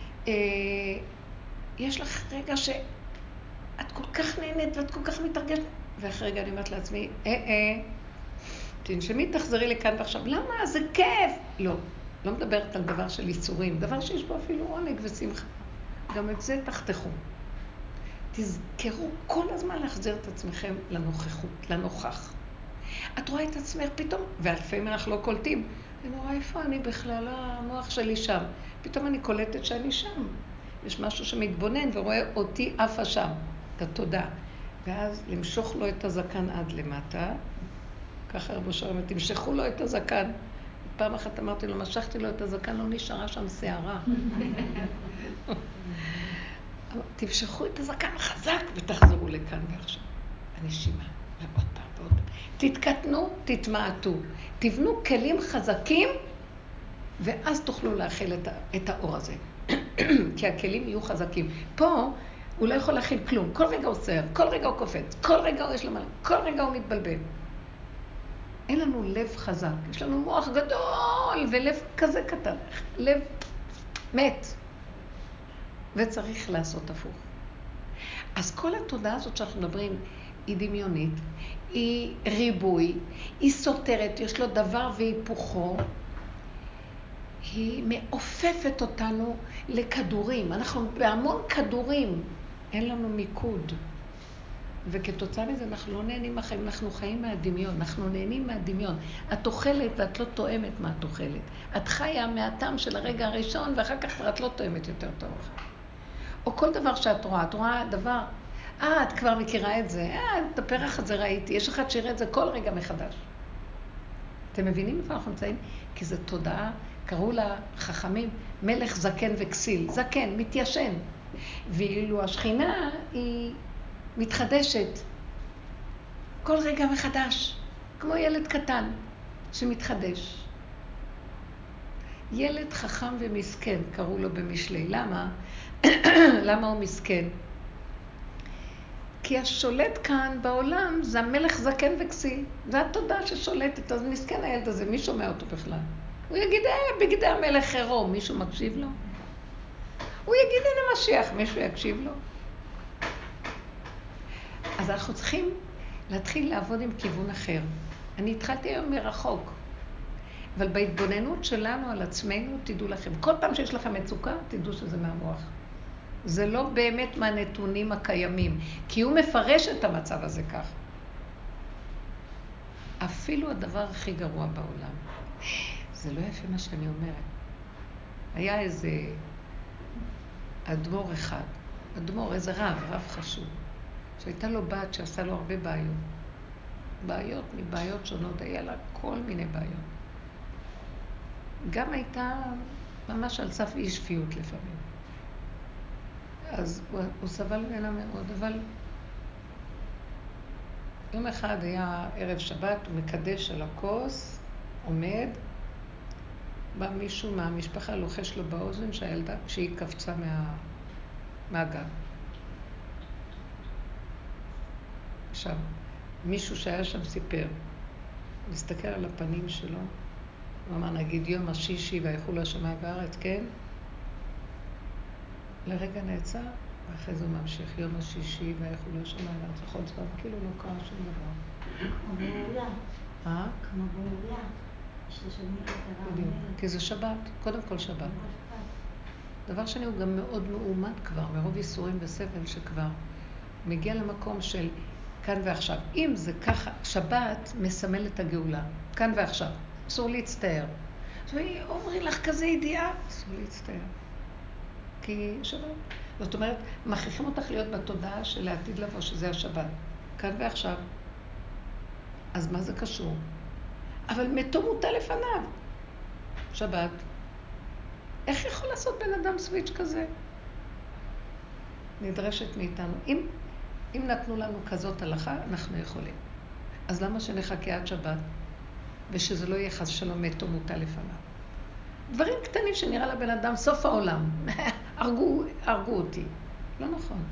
יש לך רגע שאת כל כך נהנית ואת כל כך מתרגשת. ואחרי רגע אני אומרת לעצמי, תנשמי, תחזרי לכאן ועכשיו. למה? זה כיף. לא מדברת על דבר של ייסורים, דבר שיש בו אפילו עונג ושמחה. גם את זה תחתכו. תזכרו כל הזמן להחזיר את עצמכם לנוכחות, לנוכח. את רואה את עצמך פתאום, ולפעמים אנחנו לא קולטים. אני רואה איפה אני בכלל, המוח שלי שם. פתאום אני קולטת שאני שם. יש משהו שמתבונן ורואה אותי עפה שם. את התודה. ואז למשוך לו את הזקן עד למטה. ככה רבו שרם, תמשכו לו את הזקן. פעם אחת אמרתי לו, משכתי לו את הזקן, לא נשארה שם שערה. תמשכו את הזקן חזק ותחזרו לכאן ועכשיו. הנשימה, ועוד פעם ועוד פעם. תתקטנו, תתמעטו. תבנו כלים חזקים, ואז תוכלו להכיל את האור הזה. כי הכלים יהיו חזקים. פה הוא לא יכול להכיל כלום. כל רגע הוא סער, כל רגע הוא קופץ, כל רגע הוא יש לו מלא, כל רגע הוא מתבלבל. אין לנו לב חזק, יש לנו מוח גדול ולב כזה קטן, לב מת. וצריך לעשות הפוך. אז כל התודעה הזאת שאנחנו מדברים היא דמיונית, היא ריבוי, היא סותרת, יש לו דבר והיפוכו, היא מעופפת אותנו לכדורים. אנחנו בהמון כדורים, אין לנו מיקוד. וכתוצאה מזה אנחנו לא נהנים מהחיים, אנחנו חיים מהדמיון, אנחנו נהנים מהדמיון. את אוכלת ואת לא תואמת מה את אוכלת. את חיה מהטעם של הרגע הראשון, ואחר כך את לא תואמת יותר טוב. או כל דבר שאת רואה, את רואה דבר, את כבר מכירה את זה, את הפרח הזה ראיתי, יש אחד שיראה את זה כל רגע מחדש. אתם מבינים איפה אנחנו נמצאים? כי זו תודעה, קראו לה חכמים, מלך זקן וכסיל. זקן, מתיישן. ואילו השכינה היא מתחדשת. כל רגע מחדש. כמו ילד קטן שמתחדש. ילד חכם ומסכן, קראו לו במשלי. למה? למה הוא מסכן? כי השולט כאן בעולם זה המלך זקן וכסיל. זה התודעה ששולטת, אז מסכן הילד הזה, מי שומע אותו בכלל? הוא יגיד, בגדי המלך חירום, מישהו מקשיב לו? הוא יגיד, הנה משיח, מישהו יקשיב לו? אז אנחנו צריכים להתחיל לעבוד עם כיוון אחר. אני התחלתי היום מרחוק, אבל בהתבוננות שלנו על עצמנו, תדעו לכם, כל פעם שיש לכם מצוקה, תדעו שזה מהמוח. זה לא באמת מהנתונים הקיימים, כי הוא מפרש את המצב הזה כך. אפילו הדבר הכי גרוע בעולם, זה לא יפה מה שאני אומרת. היה איזה אדמו"ר אחד, אדמו"ר, איזה רב חשוב, שהייתה לו בת שעשה לו הרבה בעיות. בעיות מבעיות שונות, היה לה כל מיני בעיות. גם הייתה ממש על סף אי שפיות לפעמים. אז הוא סבל ממנה מאוד, אבל יום אחד היה ערב שבת, הוא מקדש על הכוס, עומד, בא מישהו מהמשפחה, לוחש לו באוזן שהיא קפצה מהגב. עכשיו, מישהו שהיה שם סיפר, מסתכל על הפנים שלו, הוא אמר, נגיד יום השישי ויחולו השמיים והארץ, כן? לרגע נעצר, ואחרי זה הוא ממשיך, יום השישי ויחולו השמיים והארץ, לכל זמן, כאילו לא קרה שום דבר. כמו בעולה. כמו בעולה. בדיוק, כי זה שבת, קודם כל שבת. דבר שני, הוא גם מאוד מאומן כבר, מרוב ייסורים וסבל שכבר מגיע למקום של כאן ועכשיו. אם זה ככה, שבת מסמל את הגאולה, כאן ועכשיו, אסור להצטער. אומרים לך כזה ידיעה, אסור להצטער. כי שבת. זאת אומרת, מכריחים אותך להיות בתודעה של העתיד לבוא, שזה השבת. כאן ועכשיו. אז מה זה קשור? אבל מתו מוטה לפניו. שבת. איך יכול לעשות בן אדם סוויץ' כזה? נדרשת מאיתנו. אם נתנו לנו כזאת הלכה, אנחנו יכולים. אז למה שנחכה עד שבת? ושזה לא יהיה חס שלום מתו מוטה לפניו. דברים קטנים שנראה לבן אדם סוף העולם. הרגו אותי. לא נכון.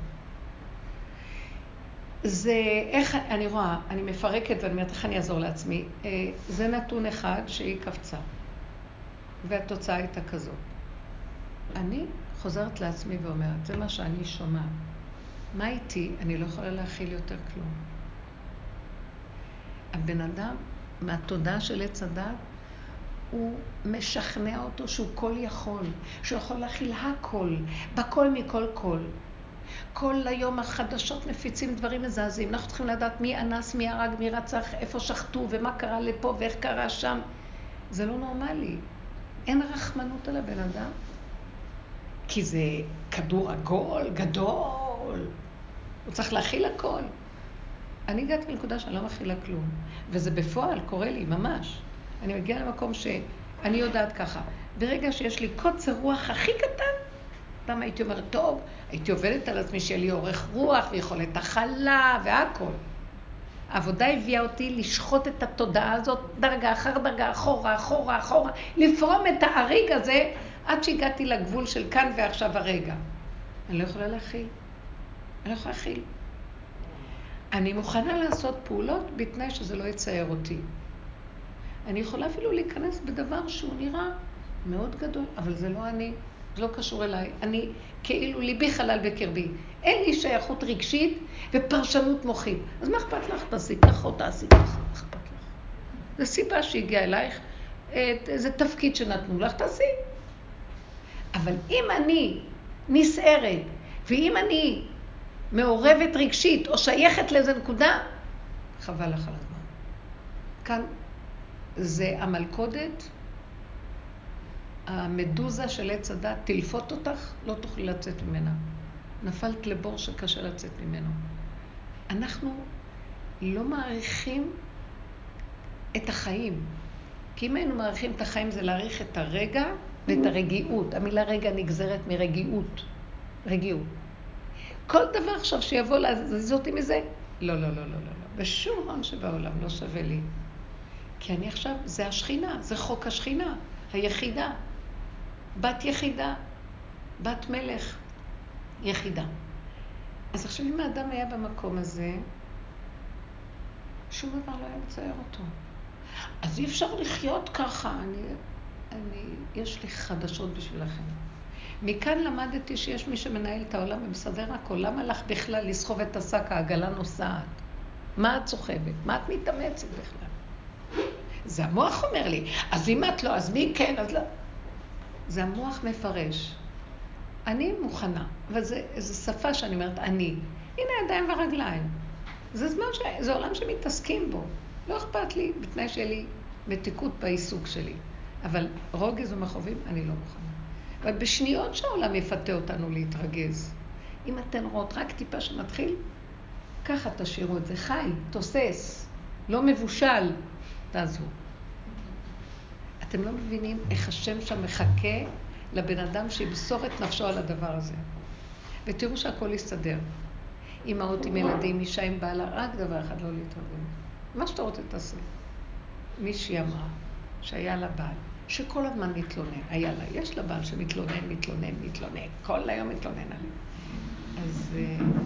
זה איך, אני רואה, אני מפרקת ואני אומרת איך אני אעזור לעצמי. זה נתון אחד שהיא קפצה. והתוצאה הייתה כזאת. אני חוזרת לעצמי ואומרת, זה מה שאני שומעת. מה איתי? אני לא יכולה להכיל יותר כלום. הבן אדם, מהתודעה של עץ הדת, הוא משכנע אותו שהוא כל יכול, שהוא יכול להכיל הכל, בכל מכל כל. כל היום החדשות מפיצים דברים מזעזעים. אנחנו צריכים לדעת מי אנס, מי הרג, מי רצח, איפה שחטו ומה קרה לפה ואיך קרה שם. זה לא נורמלי. אין רחמנות על הבן אדם. כי זה כדור עגול, גדול. הוא צריך להכיל הכל. אני הגעתי לנקודה שאני לא מכילה כלום. וזה בפועל קורה לי, ממש. אני מגיעה למקום שאני יודעת ככה. ברגע שיש לי קוצר רוח הכי קטן, פעם הייתי אומרת, טוב, הייתי עובדת על עצמי שיהיה לי אורך רוח ויכולת הכלה והכל. העבודה הביאה אותי לשחוט את התודעה הזאת דרגה אחר דרגה, אחורה, לפרום את ההריג הזה עד שהגעתי לגבול של כאן ועכשיו הרגע. אני לא יכולה להכיל. אני מוכנה לעשות פעולות בתנאי שזה לא יצייר אותי. אני יכולה אפילו להיכנס בדבר שהוא נראה מאוד גדול, אבל זה לא אני, זה לא קשור אליי. אני כאילו ליבי חלל בקרבי. אין לי שייכות רגשית ופרשנות מוחית. אז מה אכפת לך? תעשי ככה או תעשי ככה. מה אכפת לך? זו סיבה שהגיעה אלייך, זה תפקיד שנתנו לך, תעשי. אבל אם אני נסערת, ואם אני מעורבת רגשית, או שייכת לאיזה נקודה, חבל לך על הזמן. כאן זה המלכודת, המדוזה של עץ הדת, תלפות אותך, לא תוכלי לצאת ממנה. נפלת לבור שקשה לצאת ממנו. אנחנו לא מעריכים את החיים. כי אם היינו מעריכים את החיים זה להעריך את הרגע ואת הרגיעות. המילה רגע נגזרת מרגיעות. רגיעות. כל דבר עכשיו שיבוא להזיז אותי מזה, לא, לא, לא, לא, לא, לא. בשום הון שבעולם לא שווה לי. כי אני עכשיו, זה השכינה, זה חוק השכינה, היחידה. בת יחידה, בת מלך, יחידה. אז עכשיו אם האדם היה במקום הזה, שום דבר לא היה מצייר אותו. אז אי אפשר לחיות ככה. יש לי חדשות בשבילכם. מכאן למדתי שיש מי שמנהל את העולם ומסדר הכל. למה לך בכלל לסחוב את השק, העגלה נוסעת? מה את סוחבת? מה את מתאמצת בכלל? זה המוח אומר לי. אז אם את לא, אז מי כן? אז לא. זה המוח מפרש. אני מוכנה, אבל זה שפה שאני אומרת, אני. הנה ידיים ורגליים. זה עולם שמתעסקים בו. לא אכפת לי, בתנאי שלי מתיקות בעיסוק שלי. אבל רוגז ומחובים, אני לא מוכנה. אבל בשניות שהעולם יפתה אותנו להתרגז. אם אתן רואות רק טיפה שמתחיל, ככה תשאירו את זה חי, תוסס, לא מבושל, תעזבו. אתם לא מבינים איך השם שם מחכה לבן אדם שימסור את נפשו על הדבר הזה. ותראו שהכל יסתדר. אמהות עם ילדים, אישה עם בעלה, רק דבר אחד לא להתרגז. מה שאתה רוצה תעשה. מישהי אמרה שהיה לה בעל, שכל הזמן מתלונן, היה לה, יש לה בעל שמתלונן, כל היום מתלונן עליה. אז,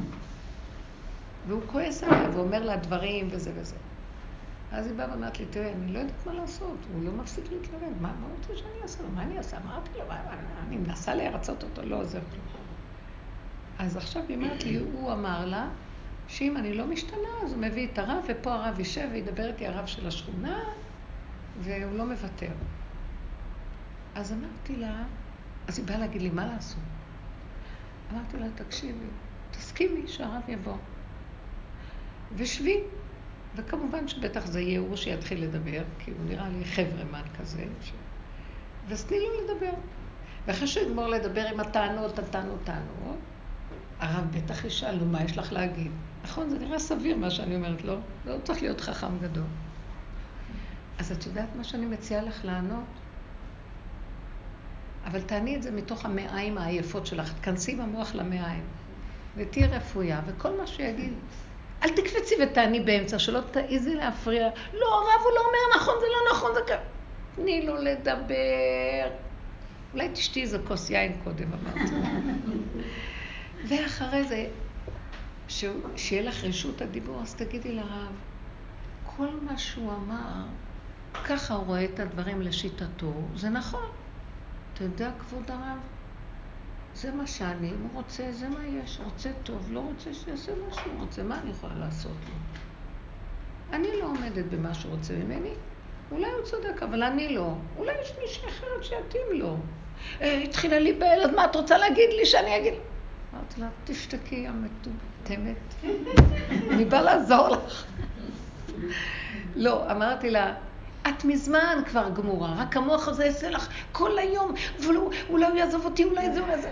והוא כועס עליה, ואומר לה דברים וזה וזה. אז היא באה ואמרת לי, תראה, אני לא יודעת מה לעשות, הוא לא מפסיק להתלונן, מה רוצה שאני אעשה לו? מה אני אעשה? אמרתי לו, אני מנסה להרצות אותו, לא עוזר כלום. אז עכשיו היא אמרת לי, הוא אמר לה, שאם אני לא משתנה, אז הוא מביא את הרב, ופה הרב יישב וידבר איתי הרב של השכונה, והוא לא מוותר. אז אמרתי לה, אז היא באה להגיד לי, מה לעשות? אמרתי לה, תקשיבי, תסכימי שהרב יבוא. ושבי. וכמובן שבטח זה יהיה הוא שיתחיל לדבר, כי הוא נראה לי חברמן כזה. וסתני לו לדבר. ואחרי שהוא יגמור לדבר עם הטענות, הרב בטח ישאל, מה יש לך להגיד? נכון, זה נראה סביר מה שאני אומרת, לא? לא צריך להיות חכם גדול. אז את יודעת מה שאני מציעה לך לענות? אבל תעני את זה מתוך המעיים העייפות שלך. תכנסי במוח למעיים. ותהי רפויה, וכל מה שיגיד, אל תקפצי ותעני באמצע, שלא תעיזי להפריע. לא, הרב הוא לא אומר נכון, זה לא נכון, זה ככה. תני לו לדבר. אולי תשתי איזה כוס יין קודם, אמרתי. ואחרי זה, שיהיה לך רשות הדיבור, אז תגידי לרב, כל מה שהוא אמר, ככה הוא רואה את הדברים לשיטתו, זה נכון. אתה יודע, כבוד הרב, זה מה שאני, אם הוא רוצה, זה מה יש, רוצה טוב, לא רוצה שיעשה מה שהוא רוצה, מה אני יכולה לעשות לו? אני לא עומדת במה שהוא רוצה ממני, אולי הוא צודק, אבל אני לא. אולי יש מישהי אחרת שיתאים לו. התחילה להיבהל, אז מה את רוצה להגיד לי שאני אגיד? אמרתי לה, תשתקי, המטומטמת. אני באה לעזור לך. לא, אמרתי לה, את מזמן כבר גמורה, רק המוח הזה יעשה לך כל היום, ואולי הוא יעזוב אותי, אולי זה,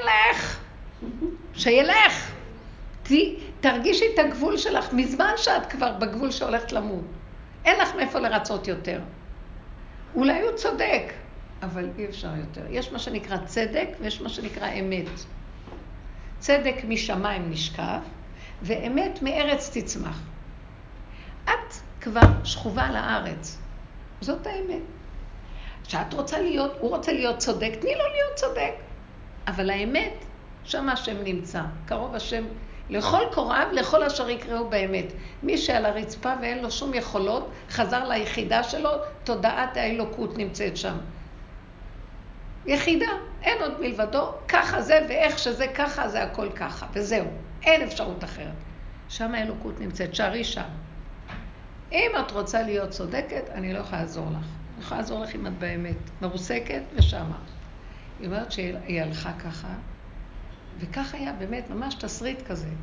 שילך. תרגישי את הגבול שלך, מזמן שאת כבר בגבול שהולכת למות. אין לך מאיפה לרצות יותר. אולי הוא צודק, אבל אי אפשר יותר. יש מה שנקרא צדק ויש מה שנקרא אמת. צדק משמיים נשקף, ואמת מארץ תצמח. את כבר שכובה על הארץ. זאת האמת. שאת רוצה להיות, הוא רוצה להיות צודק, תני לו להיות צודק. אבל האמת, שם השם נמצא. קרוב השם לכל קוראיו, לכל אשר יקראו באמת. מי שעל הרצפה ואין לו שום יכולות, חזר ליחידה שלו, תודעת האלוקות נמצאת שם. יחידה, אין עוד מלבדו, ככה זה ואיך שזה ככה, זה הכל ככה, וזהו. אין אפשרות אחרת. שם האלוקות נמצאת, שערי שם. אם את רוצה להיות צודקת, אני לא יכולה לעזור לך. אני יכולה לעזור לך אם את באמת מרוסקת ושמה. היא אומרת שהיא הלכה ככה, וכך היה באמת ממש תסריט כזה.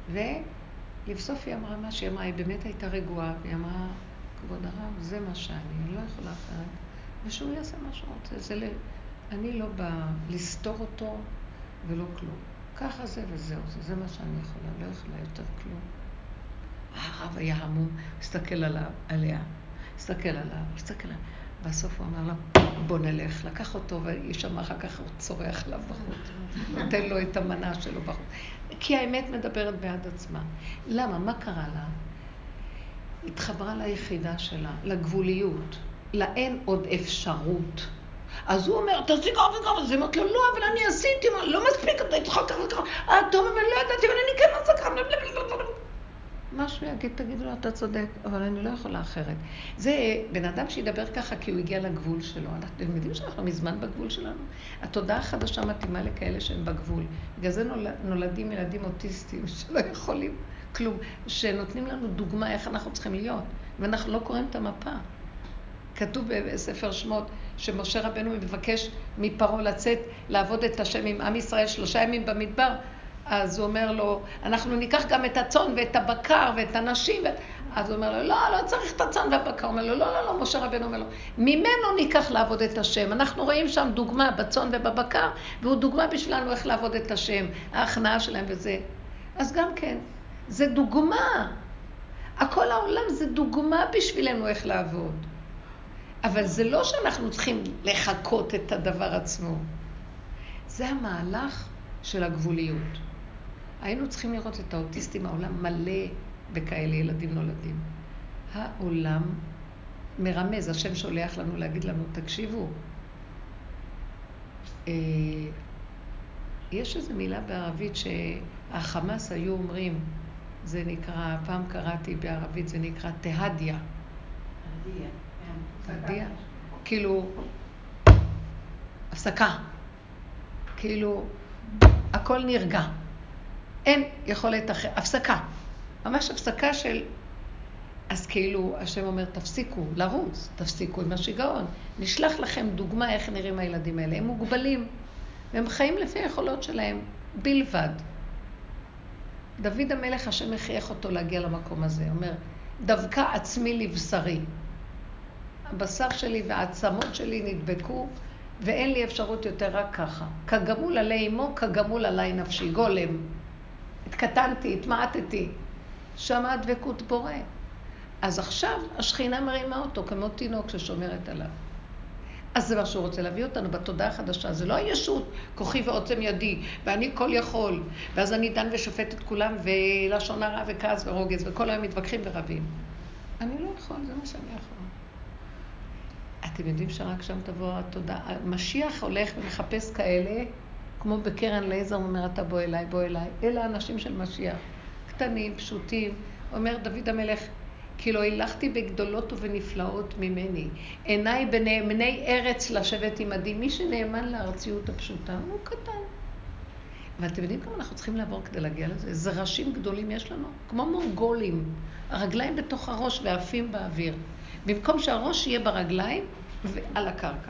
ולבסוף היא אמרה מה שהיא אמרה, היא באמת הייתה רגועה, והיא אמרה, כבוד הרב, זה מה שאני, אני לא יכולה אחרת, ושהוא יעשה מה שהוא רוצה, אני לא באה לסתור אותו ולא כלום. ככה זה וזהו, זה מה שאני יכולה, לא יכולה יותר כלום. הרב היה המום, הסתכל עליה, הסתכל עליה. בסוף הוא אמר לה, בוא נלך, לקח אותו, ואיש אמר אחר כך הוא צורח עליו בחוץ, נותן לו את המנה שלו בחוץ. כי האמת מדברת בעד עצמה. למה? מה קרה לה? התחברה ליחידה שלה, לגבוליות, לאין עוד אפשרות. אז הוא אומר, תעשי ככה וככה, אז היא אומרת לו, לא, אבל אני עשיתי, לא מספיק, אתה איתך ככה וככה, טוב, אבל לא ידעתי, אבל אני כן עושה ככה, מה שהוא יגיד, תגידו לו, אתה צודק, אבל אני לא יכולה אחרת. זה בן אדם שידבר ככה כי הוא הגיע לגבול שלו. אתם יודעים שאנחנו מזמן בגבול שלנו? התודעה החדשה מתאימה לכאלה שהם בגבול. בגלל זה נולדים ילדים אוטיסטים שלא יכולים כלום, שנותנים לנו דוגמה איך אנחנו צריכים להיות, ואנחנו לא קוראים את המפה. כתוב בספר שמות שמשה רבנו מבקש מפרעה לצאת לעבוד את השם עם עם ישראל 3 ימים במדבר, אז הוא אומר לו, אנחנו ניקח גם את הצאן ואת הבקר ואת הנשים, אז הוא אומר לו, לא צריך את הצאן והבקר. הוא אומר לו, לא, משה רבנו אומר לו, ממנו ניקח לעבוד את השם. אנחנו רואים שם דוגמה בצאן ובבקר, והוא דוגמה בשבילנו איך לעבוד את השם, ההכנעה שלהם וזה. אז גם כן, זה דוגמה. הכל העולם זה דוגמה בשבילנו איך לעבוד. אבל זה לא שאנחנו צריכים לחכות את הדבר עצמו. זה המהלך של הגבוליות. היינו צריכים לראות את האוטיסטים, העולם מלא בכאלה ילדים נולדים. העולם מרמז, השם שולח לנו להגיד לנו, תקשיבו. יש איזו מילה בערבית שהחמאס היו אומרים, זה נקרא, פעם קראתי בערבית, זה נקרא תהדיה. תהדיה. כאילו, הפסקה. כאילו, הכל נרגע. אין יכולת אחרת, הפסקה. ממש הפסקה של... אז כאילו, השם אומר, תפסיקו לרוץ, תפסיקו עם השיגעון. נשלח לכם דוגמה איך נראים הילדים האלה. הם מוגבלים, והם חיים לפי היכולות שלהם בלבד. דוד המלך, השם הכריח אותו להגיע למקום הזה. אומר, דווקא עצמי לבשרי. הבשר שלי והעצמות שלי נדבקו, ואין לי אפשרות יותר רק ככה. כגמול עלי אמו, כגמול עלי נפשי, גולם. התקטנתי, התמעטתי. שם הדבקות בורא. אז עכשיו השכינה מרימה אותו כמו תינוק ששומרת עליו. אז זה מה שהוא רוצה להביא אותנו בתודעה החדשה. זה לא הישות, כוחי ועוצם ידי, ואני כל יכול. ואז אני דן ושופט את כולם, ולשון הרע וכעס ורוגז, וכל היום מתווכחים ורבים. אני לא יכול, זה מה שאני יכול. אתם יודעים שרק שם תבוא התודעה. המשיח הולך ומחפש כאלה, כמו בקרן לייזר, הוא אומר, אתה בוא אליי, בוא אליי. אלה האנשים של משיח. קטנים, פשוטים. אומר דוד המלך, כאילו הילכתי בגדולות ובנפלאות ממני. עיניי בנאמני ארץ לשבת עמדי. מי שנאמן לארציות הפשוטה, הוא קטן. ואתם יודעים כמה אנחנו צריכים לעבור כדי להגיע לזה? איזה ראשים גדולים יש לנו, כמו מונגולים. הרגליים בתוך הראש ועפים באוויר. במקום שהראש יהיה ברגליים ועל הקרקע.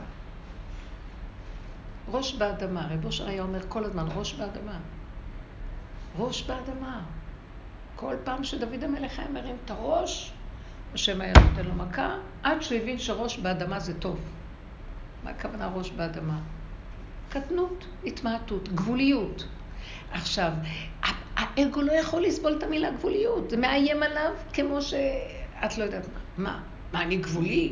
ראש באדמה. רב אושר היה אומר כל הזמן, ראש באדמה. ראש באדמה. כל פעם שדוד המלך היה מרים את הראש, השם היה נותן לו מכה, עד שהוא הבין שראש באדמה זה טוב. מה הכוונה ראש באדמה? קטנות, התמעטות, גבוליות. עכשיו, האגו לא יכול לסבול את המילה גבוליות. זה מאיים עליו כמו שאת לא יודעת מה. מה, אני גבולי?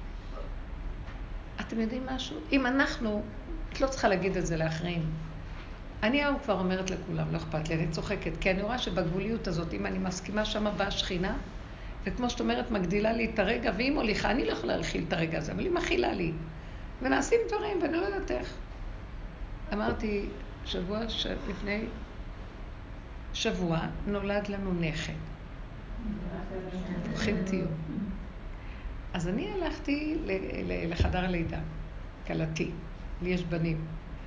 אתם יודעים משהו? אם אנחנו, את לא צריכה להגיד את זה לאחרים. אני היום כבר אומרת לכולם, לא אכפת לי, אני צוחקת, כי אני רואה שבגבוליות הזאת, אם אני מסכימה שמה באה שכינה, וכמו שאת אומרת, מגדילה לי את הרגע, ואם הוליכה, אני לא יכולה להכיל את הרגע הזה, אבל היא מכילה לי. ונעשים דברים, ואני לא יודעת איך. אמרתי, לפני שבוע, נולד לנו נכד. ברוכים תהיו. אז אני הלכתי לחדר הלידה, קלתי, לי יש בנים.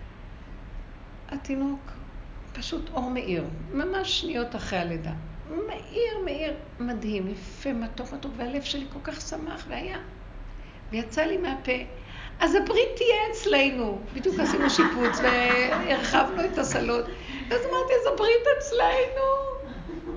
התינוק פשוט אור מאיר, ממש שניות אחרי הלידה. מאיר, מדהים, יפה, מתוק, והלב שלי כל כך שמח, והיה. ויצא לי מהפה, אז הברית תהיה אצלנו. בדיוק עשינו שיפוץ והרחבנו את הסלות. אז אמרתי, אז הברית אצלנו.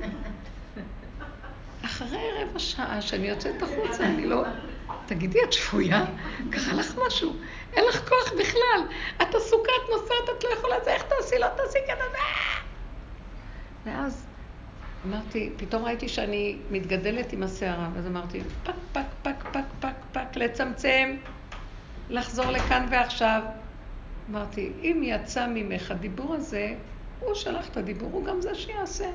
אחרי רבע שעה שאני יוצאת החוצה, אני לא... תגידי, את שפויה? קרה לך משהו? אין לך כוח בכלל. את עסוקה, את נוסעת, את לא יכולה, זה איך תעשי? לא תעשי כזה. ואז אמרתי, פתאום ראיתי שאני מתגדלת עם השערה, ואז אמרתי, פק, פק, פק, פק, פק, פק, לצמצם, לחזור לכאן ועכשיו. אמרתי, אם יצא ממך הדיבור הזה, הוא שלח את הדיבור, הוא גם זה שיעשה.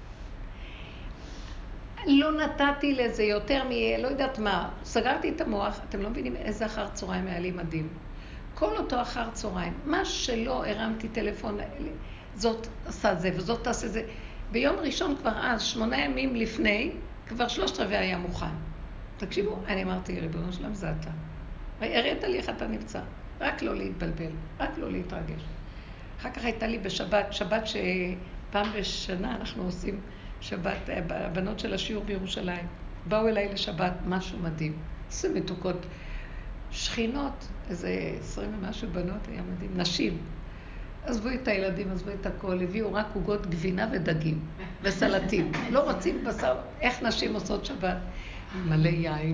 לא נתתי לזה יותר לא יודעת מה, סגרתי את המוח, אתם לא מבינים איזה אחר צהריים היה לי מדהים. כל אותו אחר צהריים, מה שלא הרמתי טלפון, זאת עשה זה וזאת תעשה זה. ביום ראשון כבר אז, 8 ימים לפני, כבר 3/4 היה מוכן. תקשיבו, אני אמרתי, ריבונו שלם, זה אתה. הראית לי איך אתה נמצא, רק לא להתבלבל, רק לא להתרגש. אחר כך הייתה לי בשבת, שבת שפעם בשנה אנחנו עושים שבת, הבנות של השיעור בירושלים. באו אליי לשבת, משהו מדהים. זה מתוקות שכינות, איזה 20 ומשהו בנות, היה מדהים, נשים. עזבו את הילדים, עזבו את הכל, הביאו רק עוגות גבינה ודגים וסלטים. לא רוצים בשר, איך נשים עושות שבת? מלא יין.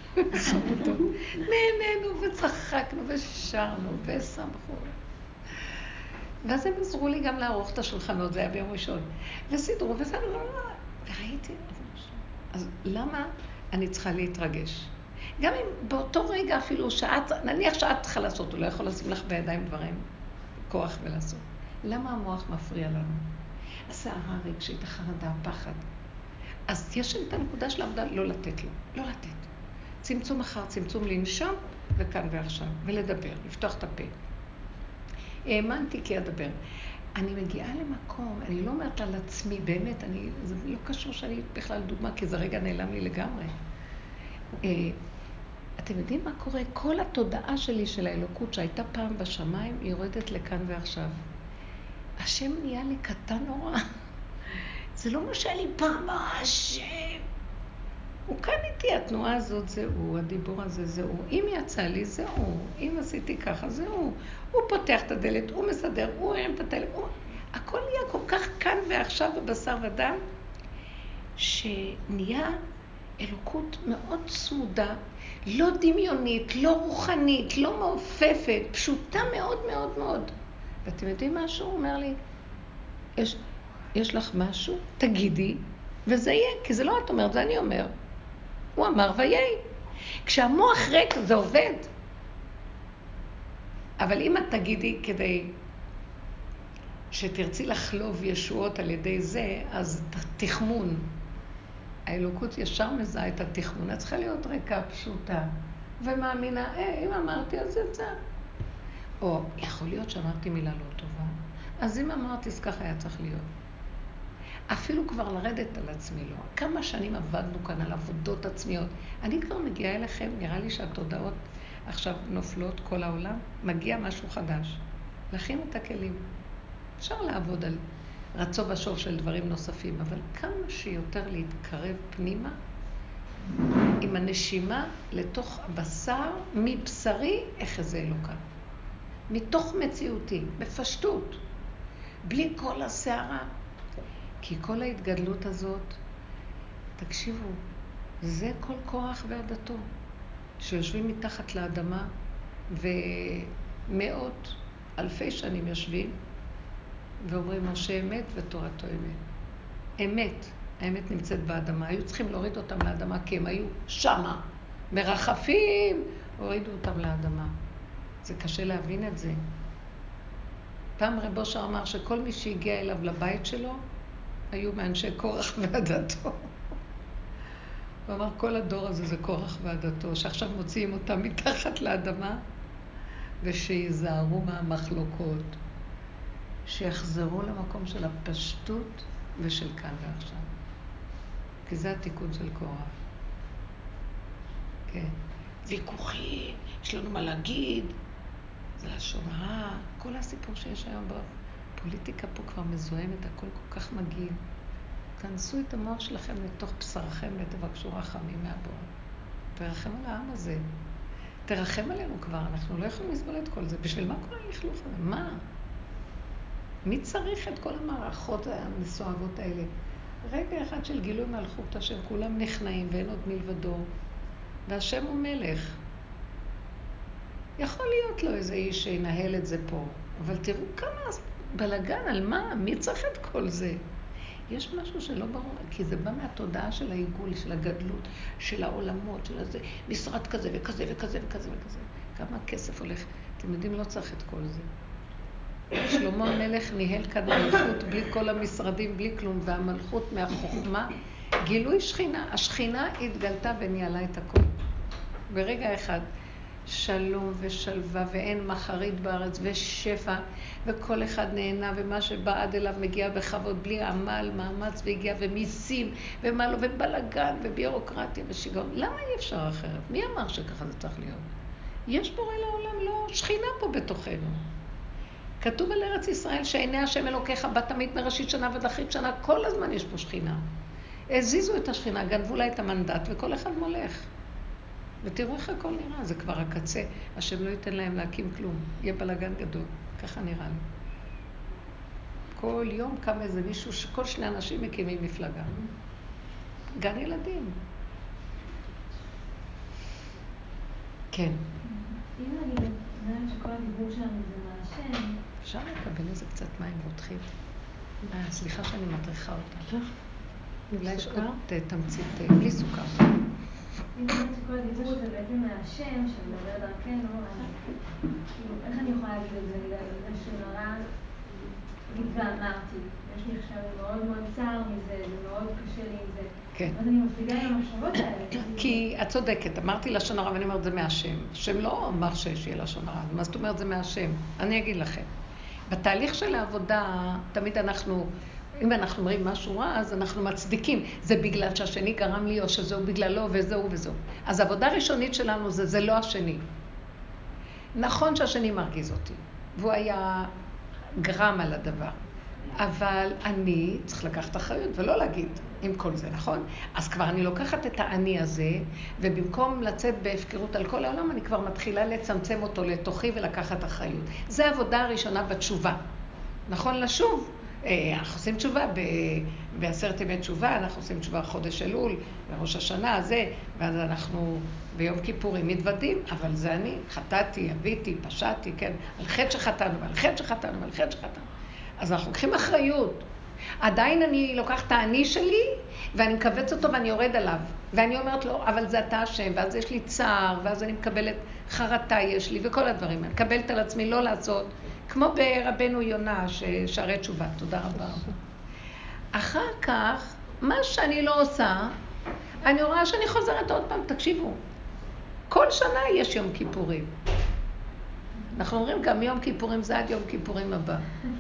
נהנינו וצחקנו ושרנו ושמחו. ואז הם עזרו לי גם לערוך את השולחנות, זה היה ביום ראשון. וסידרו וזה לא, וראיתי, אז למה אני צריכה להתרגש? גם אם באותו רגע אפילו שאת, נניח שאת צריכה לעשות, הוא לא יכול לשים לך בידיים דברים, כוח ולעשות. למה המוח מפריע לנו? הסערה הרגשית, החרדה, הפחד. אז יש את הנקודה של העבודה, לא לתת לו, לא לתת. צמצום אחר צמצום לנשום, וכאן ועכשיו, ולדבר, לפתוח את הפה. האמנתי כי אדבר. אני מגיעה למקום, אני לא אומרת על עצמי, באמת, זה לא קשור שאני בכלל דוגמה, כי זה רגע נעלם לי לגמרי. אתם יודעים מה קורה? כל התודעה שלי של האלוקות שהייתה פעם בשמיים, היא יורדת לכאן ועכשיו. השם נהיה לי קטן נורא. זה לא מה שהיה לי פעם, השם. הוא כאן איתי, התנועה הזאת זה הוא, הדיבור הזה זה הוא. אם יצא לי זה הוא, אם עשיתי ככה זה הוא. הוא פותח את הדלת, הוא מסדר, הוא הרים את הטלפון. הכל נהיה כל כך כאן ועכשיו בבשר ודם, שנהיה אלוקות מאוד צמודה, לא דמיונית, לא רוחנית, לא מעופפת, פשוטה מאוד מאוד מאוד. ואתם יודעים משהו? הוא אומר לי, יש לך משהו? תגידי, וזה יהיה, כי זה לא את אומרת, זה אני אומר. הוא אמר ויהי. כשהמוח ריק זה עובד. אבל אם את תגידי כדי שתרצי לחלוב ישועות על ידי זה, אז תחמון. האלוקות ישר מזהה את התחמון. את צריכה להיות ריקה פשוטה. ומאמינה, אם אמרתי אז יצא. או יכול להיות שאמרתי מילה לא טובה. אז אם אמרתי אז ככה היה צריך להיות. אפילו כבר לרדת על עצמי לא. כמה שנים עבדנו כאן על עבודות עצמיות. אני כבר מגיעה אליכם, נראה לי שהתודעות עכשיו נופלות כל העולם, מגיע משהו חדש. להכין את הכלים. אפשר לעבוד על רצו ושוב של דברים נוספים, אבל כמה שיותר להתקרב פנימה, עם הנשימה לתוך הבשר, מבשרי אחזה אלוקה. מתוך מציאותי, בפשטות, בלי כל השערה. כי כל ההתגדלות הזאת, תקשיבו, זה כל כוח ועדתו, שיושבים מתחת לאדמה, ומאות, אלפי שנים יושבים, ואומרים משה אמת ותורתו אמת. אמת, האמת נמצאת באדמה, היו צריכים להוריד אותם לאדמה, כי הם היו שמה, מרחפים, הורידו אותם לאדמה. זה קשה להבין את זה. פעם רב אושר אמר שכל מי שהגיע אליו לבית שלו, היו מאנשי קורח ועדתו. הוא אמר, כל הדור הזה זה קורח ועדתו, שעכשיו מוציאים אותם מתחת לאדמה, ושיזהרו מהמחלוקות, שיחזרו למקום של הפשטות ושל כאן ועכשיו. כי זה התיקון של קורח. כן. ויכוחים, יש לנו מה להגיד, זה לשון רע, כל הסיפור שיש היום בפוליטיקה פה כבר מזוהמת, הכל כל כך מגיע. כנסו את המוח שלכם לתוך בשרכם ותבקשו רחמים מהבורא. תרחם על העם הזה. תרחם עלינו כבר, אנחנו לא יכולים לסבול את כל זה. בשביל מה כל הלכלוך הזה? מה? מי צריך את כל המערכות המסואבות האלה? רגע אחד של גילוי מלכות השם, כולם נכנעים ואין עוד מלבדו, והשם הוא מלך. יכול להיות לו איזה איש שינהל את זה פה, אבל תראו כמה בלגן, על מה? מי צריך את כל זה? יש משהו שלא ברור, כי זה בא מהתודעה של העיגול, של הגדלות, של העולמות, של הזה, משרד כזה וכזה וכזה וכזה וכזה. כמה כסף הולך, אתם יודעים, לא צריך את כל זה. שלמה המלך ניהל כאן מלכות בלי כל המשרדים, בלי כלום, והמלכות מהחוכמה, גילוי שכינה. השכינה התגלתה וניהלה את הכל. ברגע אחד, שלום ושלווה, ואין מחרית בארץ, ושפע, וכל אחד נהנה, ומה שבא עד אליו מגיע בכבוד, בלי עמל, מאמץ, והגיע, ומיסים, ומה לא, ובלגן, ובירוקרטיה, ושיגעון. למה אי אפשר אחרת? מי אמר שככה זה צריך להיות? יש בורא לעולם, לא, שכינה פה בתוכנו. כתוב על ארץ ישראל שעיני השם אלוקיך בה תמיד מראשית שנה ועד אחרית שנה, כל הזמן יש פה שכינה. הזיזו את השכינה, גנבו לה את המנדט, וכל אחד מולך. ותראו איך הכל נראה, זה כבר הקצה. השם לא ייתן להם להקים כלום, יהיה בלגן גדול, ככה נראה לי. כל יום קם איזה מישהו שכל שני אנשים מקימים מפלגה. גן ילדים. כן. אם אני אומרת שכל הדיבור שלנו זה מהשם, אפשר לקבל איזה קצת מים רותחים? סליחה שאני מטריחה אותה. אולי יש עוד תמצית, בלי סוכר. אם אני אומרת שכל הדיבור זה בעצם מהשם, שמדבר דרכנו, אז כאילו, איך אני יכולה להגיד את זה? לשון הרע, תגיד ואמרתי. יש לי עכשיו מאוד מאוד צער מזה, זה מאוד קשה לי עם זה. כן. אז אני מפליגה עם המחשבות האלה. כי את צודקת, אמרתי לשון הרע ואני אומרת זה מהשם. השם לא אמר שיהיה לשון הרע, מה זאת אומרת זה מהשם? אני אגיד לכם. בתהליך של העבודה, תמיד אנחנו, אם אנחנו אומרים משהו רע, אז אנחנו מצדיקים. זה בגלל שהשני גרם לי, או שזהו בגללו, וזהו וזהו. אז העבודה הראשונית שלנו זה לא השני. נכון שהשני מרגיז אותי, והוא היה גרם על הדבר. אבל אני צריך לקחת אחריות ולא להגיד עם כל זה, נכון? אז כבר אני לוקחת את האני הזה, ובמקום לצאת בהפקרות על כל העולם, אני כבר מתחילה לצמצם אותו לתוכי ולקחת אחריות. זה העבודה הראשונה בתשובה. נכון? לשוב. אנחנו עושים תשובה בעשרת ימי תשובה, אנחנו עושים תשובה חודש אלול, בראש השנה הזה, ואז אנחנו ביום כיפורים מתוודים, אבל זה אני, חטאתי, אביתי, פשעתי, כן? על חטא שחטאנו, על חטא שחטאנו, על חטא שחטאנו. אז אנחנו לוקחים אחריות. עדיין אני לוקח את האני שלי, ואני מקבץ אותו ואני יורד עליו. ואני אומרת לו, אבל זה אתה השם, ואז יש לי צער, ואז אני מקבלת חרטה יש לי, וכל הדברים. אני מקבלת על עצמי לא לעשות, כמו ברבנו יונה, שערי תשובה. תודה רבה. אחר כך, מה שאני לא עושה, אני רואה שאני חוזרת עוד פעם, תקשיבו. כל שנה יש יום כיפורים. אנחנו אומרים גם יום כיפורים זה עד יום כיפורים הבא.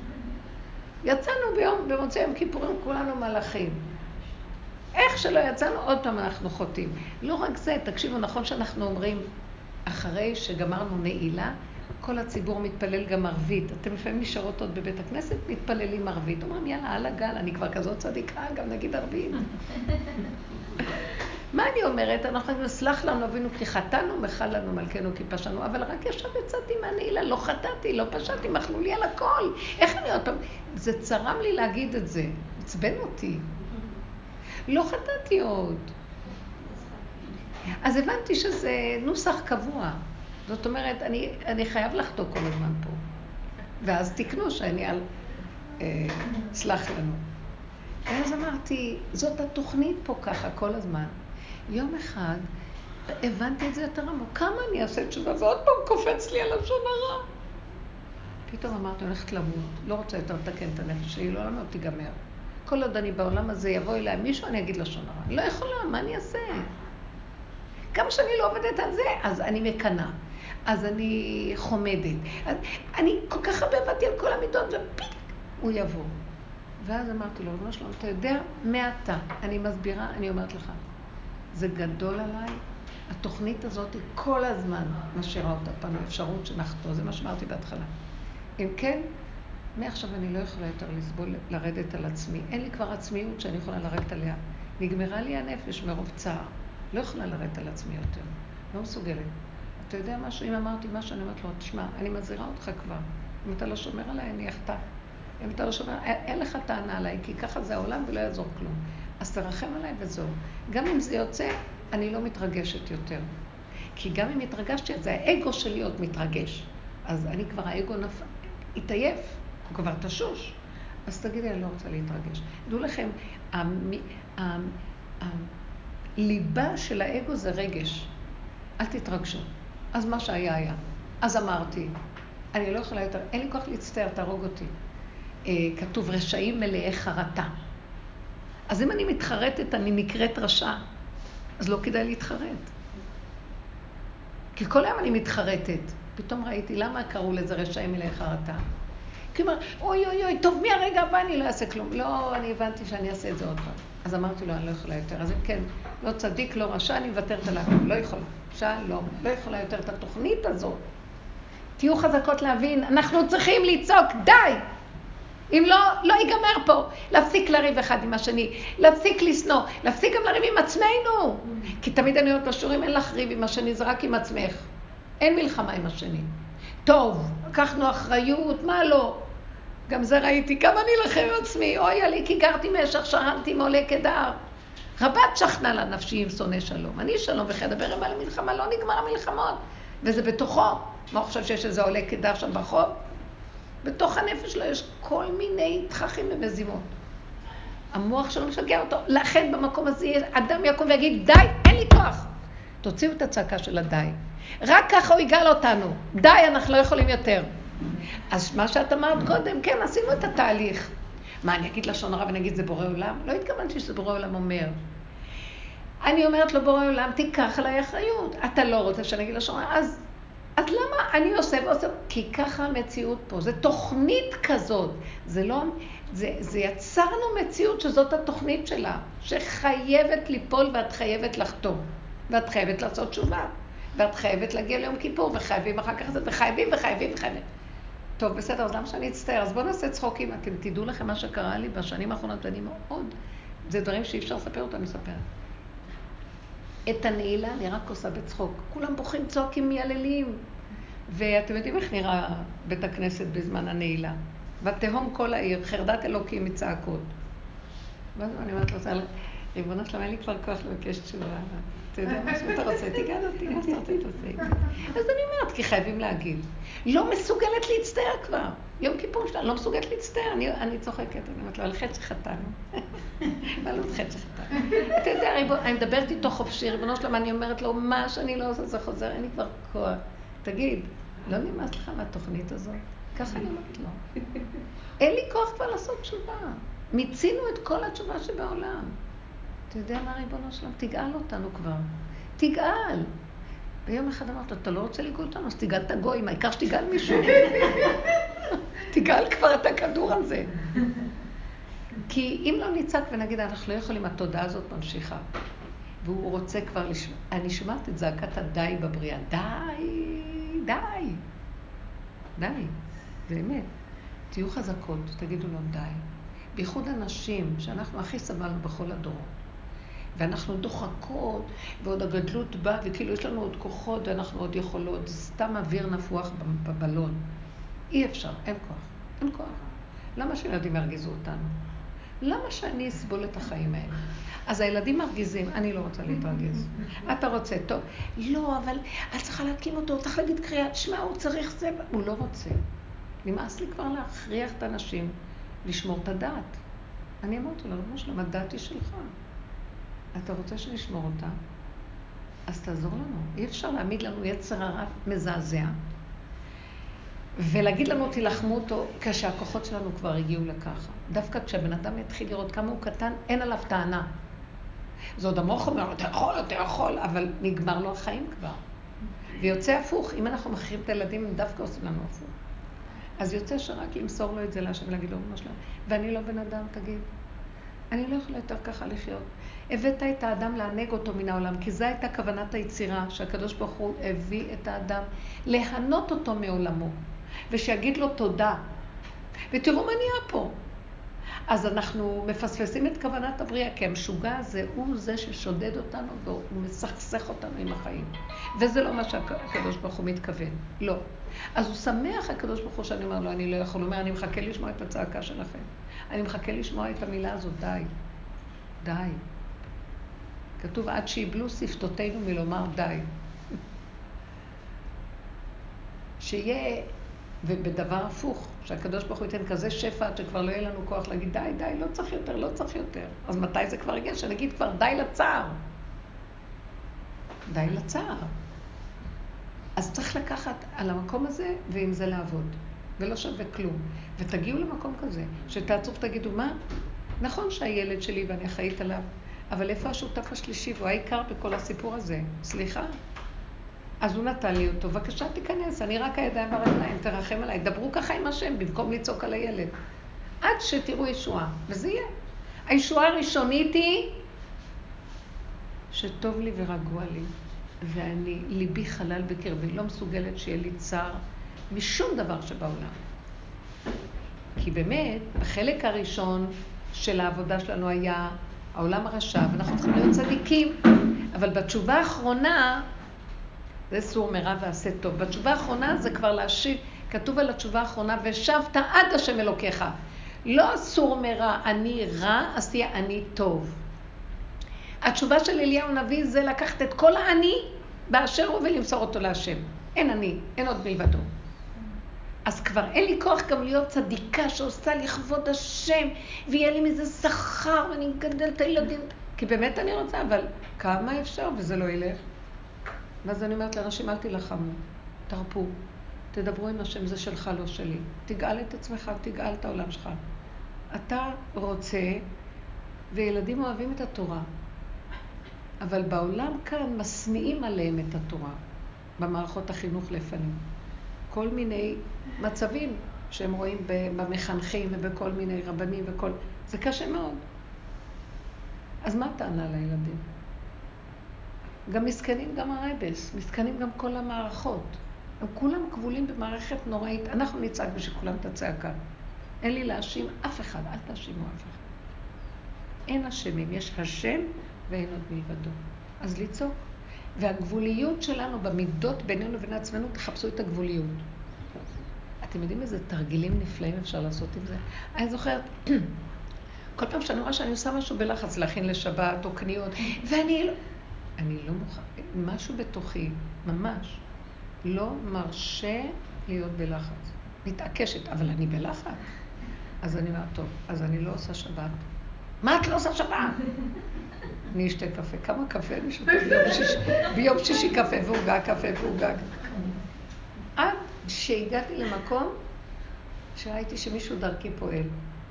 יצאנו במוצאי יום כיפורים כולנו מלאכים. איך שלא יצאנו, עוד פעם אנחנו חוטאים. לא רק זה, תקשיבו, נכון שאנחנו אומרים, אחרי שגמרנו נעילה, כל הציבור מתפלל גם ערבית. אתם לפעמים נשארות עוד בבית הכנסת, מתפללים ערבית. אומרים, יאללה, על הגל, אני כבר כזאת צדיקה, גם נגיד ערבית. מה אני אומרת? אנחנו אומרים, סלח לנו אבינו כי חטאנו, מחל לנו מלכנו כי פשענו, אבל רק ישר יצאתי מהנעילה, לא חטאתי, לא פשעתי, מחלו לי על הכל. איך אני עוד פעם? זה צרם לי להגיד את זה, עצבן אותי. לא חטאתי עוד. אז הבנתי שזה נוסח קבוע. זאת אומרת, אני חייב לחטוא כל הזמן פה. ואז תקנו שאני על... סלח לנו. ואז אמרתי, זאת התוכנית פה ככה כל הזמן. יום אחד הבנתי את זה יותר עמוק. כמה אני אעשה תשובה ועוד פעם קופץ לי על לשון הרע. פתאום אמרתי, הולכת למות. לא רוצה יותר לתקן את הנפש שלי, לא למות, תיגמר. כל עוד אני בעולם הזה יבוא אליי מישהו, אני אגיד לשון הרע. לא יכולה, מה אני אעשה? גם שאני לא עובדת על זה, אז אני מקנה. אז אני חומדת. אני כל כך הרבה עבדתי על כל המידות, ופיק, הוא יבוא. ואז אמרתי לו, ריבונו שלום, אתה יודע, מעתה, אני מסבירה, אני אומרת לך, זה גדול עליי, התוכנית הזאת היא כל הזמן משאירה אותה פעם, האפשרות שנחתו, זה מה שאמרתי בהתחלה. אם כן, מעכשיו אני לא יכולה יותר לסבול, לרדת על עצמי. אין לי כבר עצמיות שאני יכולה לרדת עליה. נגמרה לי הנפש מרוב צער. לא יכולה לרדת על עצמי יותר. לא מסוגלת. אתה יודע משהו? אם אמרתי משהו, אני אומרת לו, תשמע, אני מזהירה אותך כבר. אם אתה לא שומר עליי, אני אחטא. אם אתה לא שומר, אין לך טענה עליי, כי ככה זה העולם ולא יעזור כלום. אז תרחם עליי וזהו. גם אם זה יוצא, אני לא מתרגשת יותר. כי גם אם התרגשתי, זה האגו שלי עוד מתרגש. אז אני כבר, האגו התעייף, הוא כבר תשוש. אז תגידי, אני לא רוצה להתרגש. דעו לכם, הליבה של האגו זה רגש. אל תתרגשו. אז מה שהיה היה. אז אמרתי, אני לא יכולה יותר, אין לי כוח להצטער, תהרוג אותי. כתוב רשעים מלאי חרטה. אז אם אני מתחרטת, אני נקראת רשע. אז לא כדאי להתחרט. כי כל היום אני מתחרטת. פתאום ראיתי, למה קראו לזה רשעים מלאי חרטה? כי אומר, אוי אוי אוי, טוב, מהרגע הבא אני לא אעשה כלום. לא, אני הבנתי שאני אעשה את זה עוד פעם. אז אמרתי לו, אני לא יכולה יותר. אז אם כן, לא צדיק, לא רשע, אני מוותרת עליו. לא יכולה. שלום. לא יכולה יותר את התוכנית הזאת. תהיו חזקות להבין, אנחנו צריכים לצעוק, די! אם לא, לא ייגמר פה. להפסיק לריב אחד עם השני, להפסיק לסנוע, להפסיק גם לריב עם עצמנו. כי תמיד אני אומרת בשיעורים, אין לך ריב עם השני, זה רק עם עצמך. אין מלחמה עם השני. טוב, לקחנו אחריות, מה לא? גם זה ראיתי, כמה אני אלחם עם עצמי. אוי עלי, כי גרתי משך, שרנתי עם עולה כדר. רבת שכנה לנפשי עם שונא שלום. אני שלום וחדבר עם על מלחמה, לא נגמר המלחמות. וזה בתוכו. מה חושב שיש איזה עולה כדר שם ברחוב? בתוך הנפש שלו יש כל מיני תככים ומזימות. המוח שלו משגע אותו. לכן במקום הזה אדם יקום ויגיד, די, אין לי כוח. תוציאו את הצעקה של הדי. רק ככה הוא יגאל אותנו. די, אנחנו לא יכולים יותר. אז מה שאת אמרת קודם, כן, עשינו את התהליך. מה, אני אגיד לשון הרע ונגיד, זה בורא עולם? לא התכוונתי שזה בורא עולם אומר. אני אומרת לו, בורא עולם, תיקח עליי אחריות. אתה לא רוצה שאני אגיד לשון הרע, אז למה אני עושה ועושה? כי ככה המציאות פה, זה תוכנית כזאת. זה לא, זה יצרנו מציאות שזאת התוכנית שלה, שחייבת ליפול ואת חייבת לחתום. ואת חייבת לעשות תשובה. ואת חייבת להגיע ליום כיפור, וחייבים אחר כך זה, וחייבים. טוב, בסדר, אז למה שאני אצטער? אז בואו נעשה צחוקים. אתם תדעו לכם מה שקרה לי בשנים האחרונות, ואני מאוד, זה דברים שאי אפשר לספר אותם, אני אספר. את הנעילה אני רק עושה בצחוק. כולם בוכים, צועקים, מייללים. ואתם יודעים איך נראה בית הכנסת בזמן הנעילה. ותהום כל העיר, חרדת אלוקים מצעקות. ואז אני אומרת לו, ריבונו שלמה, אין לי כבר כוח לבקש תשובה. אתה יודע מה שאתה רוצה, תיגד אותי, מה שאתה רוצה, תעשה איתי. אז אני אומרת, כי חייבים להגיד. לא מסוגלת להצטער כבר. יום כיפור שלה, לא מסוגלת להצטער. אני צוחקת, אני אומרת לו, על חטא שחטאנו. על חטא שחטאנו. אתה יודע, אני מדברת איתו חופשי, ריבונו שלמה, אני אומרת לו, מה שאני לא עושה, זה חוזר, אין לי כבר כוח. תגיד, לא נמאס לך מהתוכנית הזאת? ככה אני אומרת לו. אין לי כוח כבר לעשות תשובה. מיצינו את כל התשובה שבעולם. אתה יודע מה ריבונו שלם? תגאל אותנו כבר. תגאל. ביום אחד אמרת, אתה לא רוצה לגאול אותנו, אז תגאל את הגויים, העיקר שתגאל מישהו. תגאל כבר את הכדור הזה. כי אם לא נצעק ונגיד, אנחנו לא יכולים, התודעה הזאת ממשיכה. והוא רוצה כבר לשמוע. אני שומעת את זעקת הדי בבריאה. די. באמת. תהיו חזקות, תגידו לו די. בייחוד אנשים שאנחנו הכי סבלנו בכל הדורות. ואנחנו דוחקות, ועוד הגדלות באה, וכאילו יש לנו עוד כוחות, ואנחנו עוד יכולות. זה סתם אוויר נפוח בבלון. אי אפשר, אין כוח. למה שילדים ירגיזו אותנו? למה שאני אסבול את החיים האלה? אז הילדים מרגיזים, אני לא רוצה להתרגז. אתה רוצה, טוב. לא, אבל את צריכה להקים אותו, צריך להגיד קריאת שמע, הוא צריך זה, הוא לא רוצה. נמאס לי כבר להכריח את האנשים לשמור את הדעת. אני אמרתי לו, רבנו שלום, הדעת היא שלך. אתה רוצה שנשמור אותה? אז תעזור לנו. אי אפשר להעמיד לנו יצר הרע מזעזע. ולהגיד לנו, תלחמו אותו, כשהכוחות שלנו כבר הגיעו לככה. דווקא כשהבן אדם יתחיל לראות כמה הוא קטן, אין עליו טענה. זה עוד המוח אומר, אתה יכול, אבל נגמר לו החיים כבר. ויוצא הפוך, אם אנחנו מכריחים את הילדים, הם דווקא עושים לנו הפוך. אז יוצא שרק למסור לו את זה להשם ולהגיד לו, רבנו שלום, ואני לא בן אדם, תגיד. אני לא יכולה יותר ככה לחיות. הבאת את האדם לענג אותו מן העולם, כי זו הייתה כוונת היצירה, שהקדוש ברוך הוא הביא את האדם, להנות אותו מעולמו, ושיגיד לו תודה. ותראו מה נהיה פה. אז אנחנו מפספסים את כוונת הבריאה, כי המשוגע הזה הוא זה ששודד אותנו והוא מסכסך אותנו עם החיים. וזה לא מה שהקדוש ברוך הוא מתכוון. לא. אז הוא שמח הקדוש ברוך הוא שאני אומר לו, אני לא יכול. הוא אומר, אני מחכה לשמוע את הצעקה שלכם. אני מחכה לשמוע את המילה הזאת, די. די. כתוב, עד שיבלו שפתותינו מלומר די. שיהיה, ובדבר הפוך, שהקדוש ברוך הוא ייתן כזה שפע, עד שכבר לא יהיה לנו כוח להגיד, די, די, לא צריך יותר, לא צריך יותר. אז מתי זה כבר יגיע? שנגיד כבר, די לצער. די לצער. אז צריך לקחת על המקום הזה, ועם זה לעבוד. ולא שווה כלום. ותגיעו למקום כזה, שתעצור ותגידו, מה? נכון שהילד שלי ואני אחראית עליו, אבל איפה השותף השלישי? והוא העיקר בכל הסיפור הזה. סליחה? אז הוא נתן לי אותו, בבקשה תיכנס, אני רק הידיים ברגליים, תרחם עליי, דברו ככה עם השם, במקום לצעוק על הילד. עד שתראו ישועה, וזה יהיה. הישועה הראשונית היא שטוב לי ורגוע לי, ואני, ליבי חלל בקרבי, לא מסוגלת שיהיה לי צער משום דבר שבעולם. כי באמת, בחלק הראשון של העבודה שלנו היה העולם הרשע, ואנחנו צריכים להיות צדיקים, אבל בתשובה האחרונה, זה סור מרע ועשה טוב. בתשובה האחרונה זה כבר להשיב, כתוב על התשובה האחרונה, ושבת עד השם אלוקיך. לא סור מרע, אני רע, עשייה אני טוב. התשובה של אליהו הנביא זה לקחת את כל האני באשר הוא ולמסור אותו להשם. אין אני, אין עוד מלבדו. אז כבר אין לי כוח גם להיות צדיקה שעושה לכבוד השם, ויהיה לי מזה שכר ואני אגדל את הילדים. כי באמת אני רוצה, אבל כמה אפשר וזה לא ילך? ואז אני אומרת לאנשים, אל תלחמו, תרפו, תדברו עם השם, זה שלך, לא שלי. תגאל את עצמך, תגאל את העולם שלך. אתה רוצה, וילדים אוהבים את התורה, אבל בעולם כאן מסמיעים עליהם את התורה, במערכות החינוך לפנים. כל מיני מצבים שהם רואים במחנכים ובכל מיני רבנים וכל... זה קשה מאוד. אז מה טענה לילדים? גם מסכנים גם הרבס, מסכנים גם כל המערכות. הם כולם כבולים במערכת נוראית. אנחנו נצעק בשכולם את הצעקה. אין לי להאשים אף אחד, אל תאשימו אף אחד. אין אשמים, יש השם ואין עוד מלבדו. אז לצעוק. והגבוליות שלנו במידות בינינו ובין עצמנו, תחפשו את הגבוליות. אתם יודעים איזה תרגילים נפלאים אפשר לעשות עם זה? אני זוכרת, כל פעם שאני רואה שאני עושה משהו בלחץ, להכין לשבת או קניות, ואני לא מוכן, משהו בתוכי, ממש, לא מרשה להיות בלחץ. מתעקשת, אבל אני בלחץ. אז אני אומרת, טוב, אז אני לא עושה שבת. מה את לא עושה שבת? אני אשתה קפה. כמה קפה אני שותה ביום שישי קפה ועוגה, קפה ועוגה. עד שהגעתי למקום שראיתי שמישהו דרכי פועל.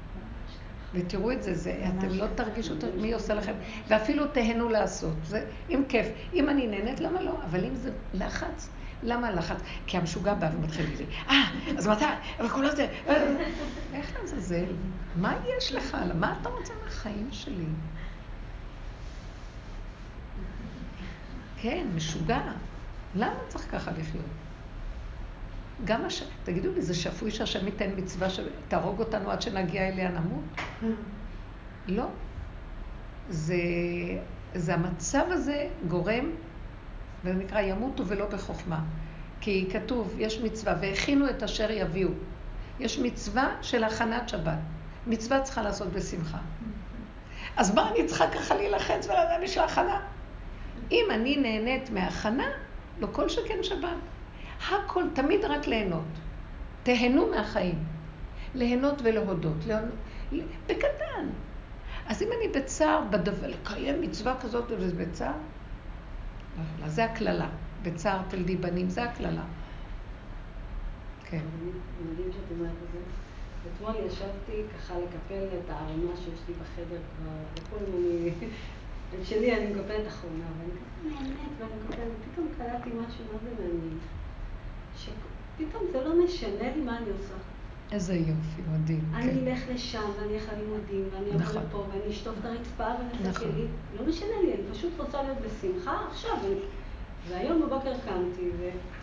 ותראו את זה, אתם לא תרגישו מי עושה לכם, ואפילו תהנו לעשות. זה עם כיף. אם אני נהנית, למה לא? אבל אם זה לחץ, למה לחץ? כי המשוגע בא ומתחיל לזה. אז מתי? אבל כל הזה... איך לזלזל? מה יש לך? מה אתה רוצה מהחיים שלי? כן, משוגע. למה צריך ככה לחיות? גם תגידו לי, זה שפוי שהשם ייתן מצווה שתהרוג אותנו עד שנגיע אליה נמות? לא. זה המצב הזה גורם, וזה נקרא ימותו ולא בחוכמה. כי כתוב, יש מצווה, והכינו את אשר יביאו. יש מצווה של הכנת שבת. מצווה צריכה לעשות בשמחה. אז מה אני צריכה ככה להילחץ ולדעת בשביל הכנה? אם אני נהנית מהכנה, לא כל שכן שבת. הכל, תמיד רק ליהנות. תהנו מהחיים. ליהנות ולהודות. בקטן. אז אם אני בצער, לקיים מצווה כזאת וזה בצער, לא יכולה. זה הכללה. בצער תלדי בנים, זה הכללה. כן. מדהים שאת אומרת את זה. אתמול ישבתי ככה לקפל את הערימה שיש לי בחדר כבר. לכולם את שלי אני מקפלת אחרונה, ואני ככה נהנית ואני מקפלת, ופתאום קלטתי משהו מה זה מעניין. שפתאום זה לא משנה לי מה אני עושה. איזה יופי, מדהים. אני אלך לשם, ואני אלך ללימודים, ואני אבוא לפה, ואני אשטוף את הרצפה ואני את הכלים. לא משנה לי, אני פשוט רוצה להיות בשמחה עכשיו. והיום בבוקר קמתי,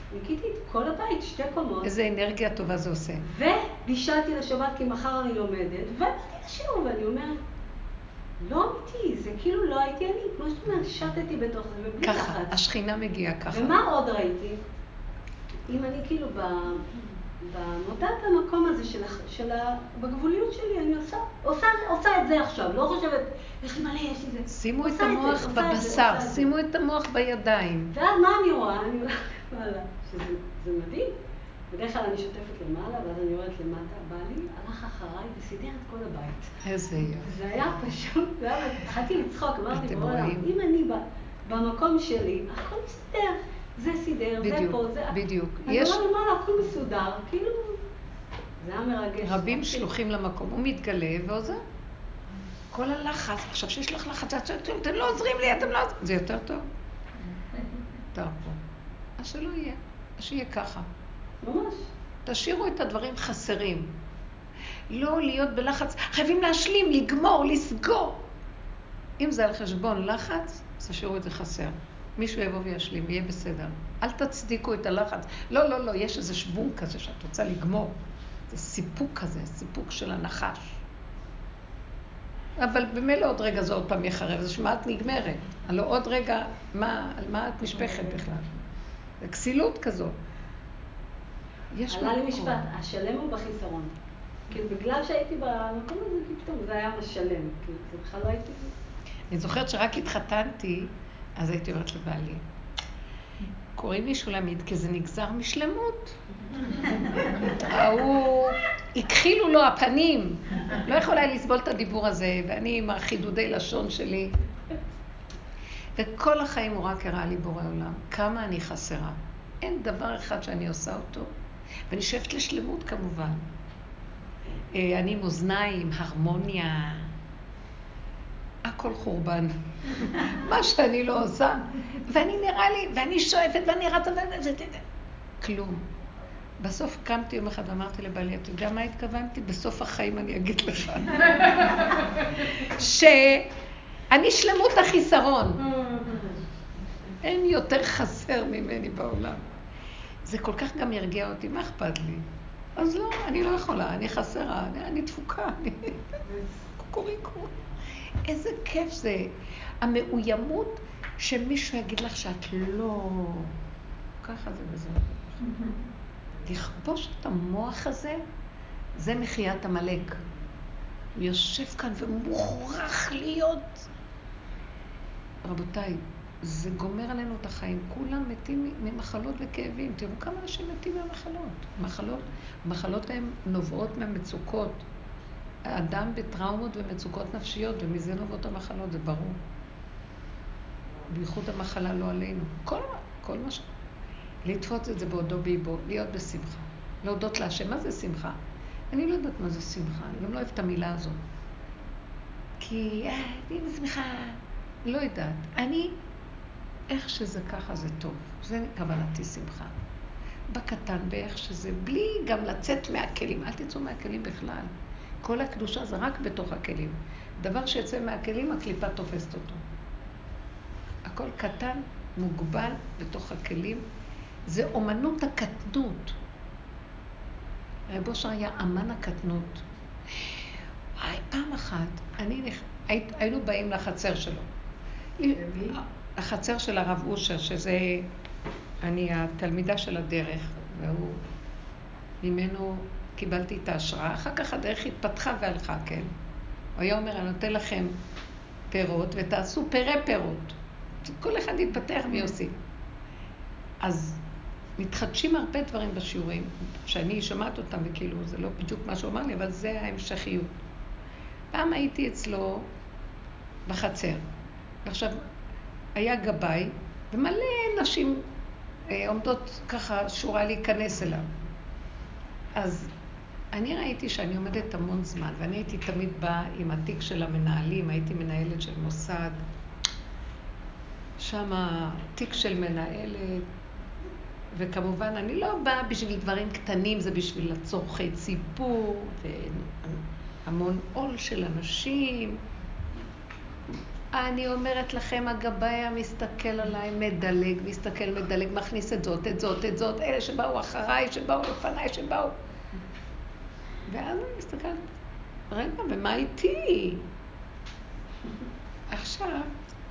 ניקיתי את כל הבית, 2 קומות. איזה אנרגיה טובה זה עושה. ובישלתי לשבת כי מחר אני לומדת, ובאתי לשיעור ואני אומרת, לא אמיתי, זה כאילו לא הייתי אני, כמו שאת אומרת, שתתי בתוך זה ובלי לחץ. ככה, השכינה מגיעה ככה. ומה עוד ראיתי? אם אני כאילו במודעת המקום הזה בגבוליות שלי, אני עושה את זה עכשיו, לא חושבת, יש לי מלא, יש לי זה. שימו את המוח בבשר, שימו את המוח בידיים. ואז מה אני רואה? אני הולכת למעלה, שזה מדהים. בדרך כלל אני שוטפת למעלה, ואז אני יורדת למטה, בעלי הלך אחריי וסידר את כל הבית. איזה יופי. זה היה פשוט, התחלתי לצחוק, אמרתי, אתם בעולם, רואים? אם אני במקום שלי, הכל מסתדר. זה סידר, זה פה, זה... בדיוק. אני רואה למעלה, הכל מסודר, כאילו... זה היה מרגש. רבים שלוחים למקום, הוא מתגלה ועוזר. כל הלחץ, עכשיו שיש לך לחץ, אתם לא עוזרים לי, אתם לא עוזרים. זה יותר טוב. תרפו. אז שלא יהיה, אז שיהיה ככה. ממש. תשאירו את הדברים חסרים. לא להיות בלחץ, חייבים להשלים, לגמור, לסגור. אם זה על חשבון לחץ, תשאירו את זה חסר. מישהו יבוא וישלים, יהיה בסדר. אל תצדיקו את הלחץ. לא, לא, לא, יש איזה שבום כזה שאת רוצה לגמור. זה סיפוק כזה, סיפוק של הנחש. אבל במילא עוד רגע זה עוד פעם יחרב, זה שמה את נגמרת. הלוא עוד רגע, על מה את משפחת בכלל? זה כסילות כזו. עלה לי משפט, השלם הוא בחיסרון. כי בגלל שהייתי במקום הזה, פתאום זה היה משלם. כי זה בכלל לא הייתי... אני זוכרת שרק התחתנתי, אז הייתי אומרת לבעלי, קוראים לי שולמית, כי זה נגזר משלמות. הוא, הכחילו לו הפנים. לא יכולה לסבול את הדיבור הזה, ואני עם החידודי לשון שלי. וכל החיים הוא רק הראה לי בורא עולם. כמה אני חסרה. אין דבר אחד שאני עושה אותו. ואני שואפת לשלמות כמובן. אני עם אוזניים, הרמוניה. הכל חורבן. מה שאני לא עושה. ואני נראה לי, ואני שואפת, ואני רצה, כלום. בסוף קמתי יום אחד ואמרתי לבעלי, אתה יודע מה התכוונתי? בסוף החיים אני אגיד לך. שאני שלמות החיסרון. אין יותר חסר ממני בעולם. זה כל כך גם ירגיע אותי, מה אכפת לי? אז לא, אני לא יכולה, אני חסרה, אני דפוקה, קוריקו. איזה כיף זה. המאוימות שמישהו יגיד לך שאת לא... ככה זה וזה. לכבוש את המוח הזה, זה מחיית המלאק. הוא יושב כאן ומוכרח להיות. רבותיי, זה גומר עלינו את החיים. כולם מתים ממחלות וכאבים. תראו כמה אנשים מתים מהמחלות. מחלות הן נובעות מהמצוקות. האדם בטראומות ומצוקות נפשיות, ומזה נובעות המחלות, זה ברור. בייחוד המחלה לא עלינו. כל מה ש... לתפוץ את זה בעודו ביבו, להיות בשמחה. להודות להשם. מה זה שמחה? אני לא יודעת מה זה שמחה. אני גם לא אוהבת את המילה הזאת. כי, אני בשמחה. לא יודעת. איך שזה ככה זה טוב. זה כוונתי שמחה. בקטן, באיך שזה, בלי גם לצאת מהכלים. אל תצאו מהכלים בכלל. כל הקדושה זה רק בתוך הכלים. דבר שיצא מהכלים, הקליפה תופסת אותו. הכל קטן, מוגבל בתוך הכלים. זה אומנות הקטנות. רב אושר היה אמן הקטנות. פעם אחת, היינו באים לחצר שלו. החצר של הרב אושר, שזה, אני התלמידה של הדרך, והוא, ממנו קיבלתי את ההשראה. אחר כך הדרך התפתחה והלכה, כן? הוא היה אומר, אני נותן לכם פירות ותעשו פירות. כל אחד יתפתח ויוסיף. אז מתחדשים הרבה דברים בשיעורים, שאני שומעת אותם וכאילו זה לא בדיוק מה שהוא אמר לי, אבל זה ההמשכיות. פעם הייתי אצלו בחצר, ועכשיו היה גבאי, ומלא נשים עומדות ככה שורה להיכנס אליו. אז אני ראיתי שאני עומדת המון זמן, ואני הייתי תמיד באה עם התיק של המנהלים, הייתי מנהלת של מוסד, שם תיק של מנהלת, וכמובן אני לא באה בשביל דברים קטנים, זה בשביל לצורכי ציבור, והמון עול של אנשים. אני אומרת לכם, הגבאי היה מסתכל עליי, מדלג, מכניס את זאת, אלה שבאו אחריי, שבאו לפניי, שבאו. ואז אני מסתכלת, רגע, ומה איתי? עכשיו,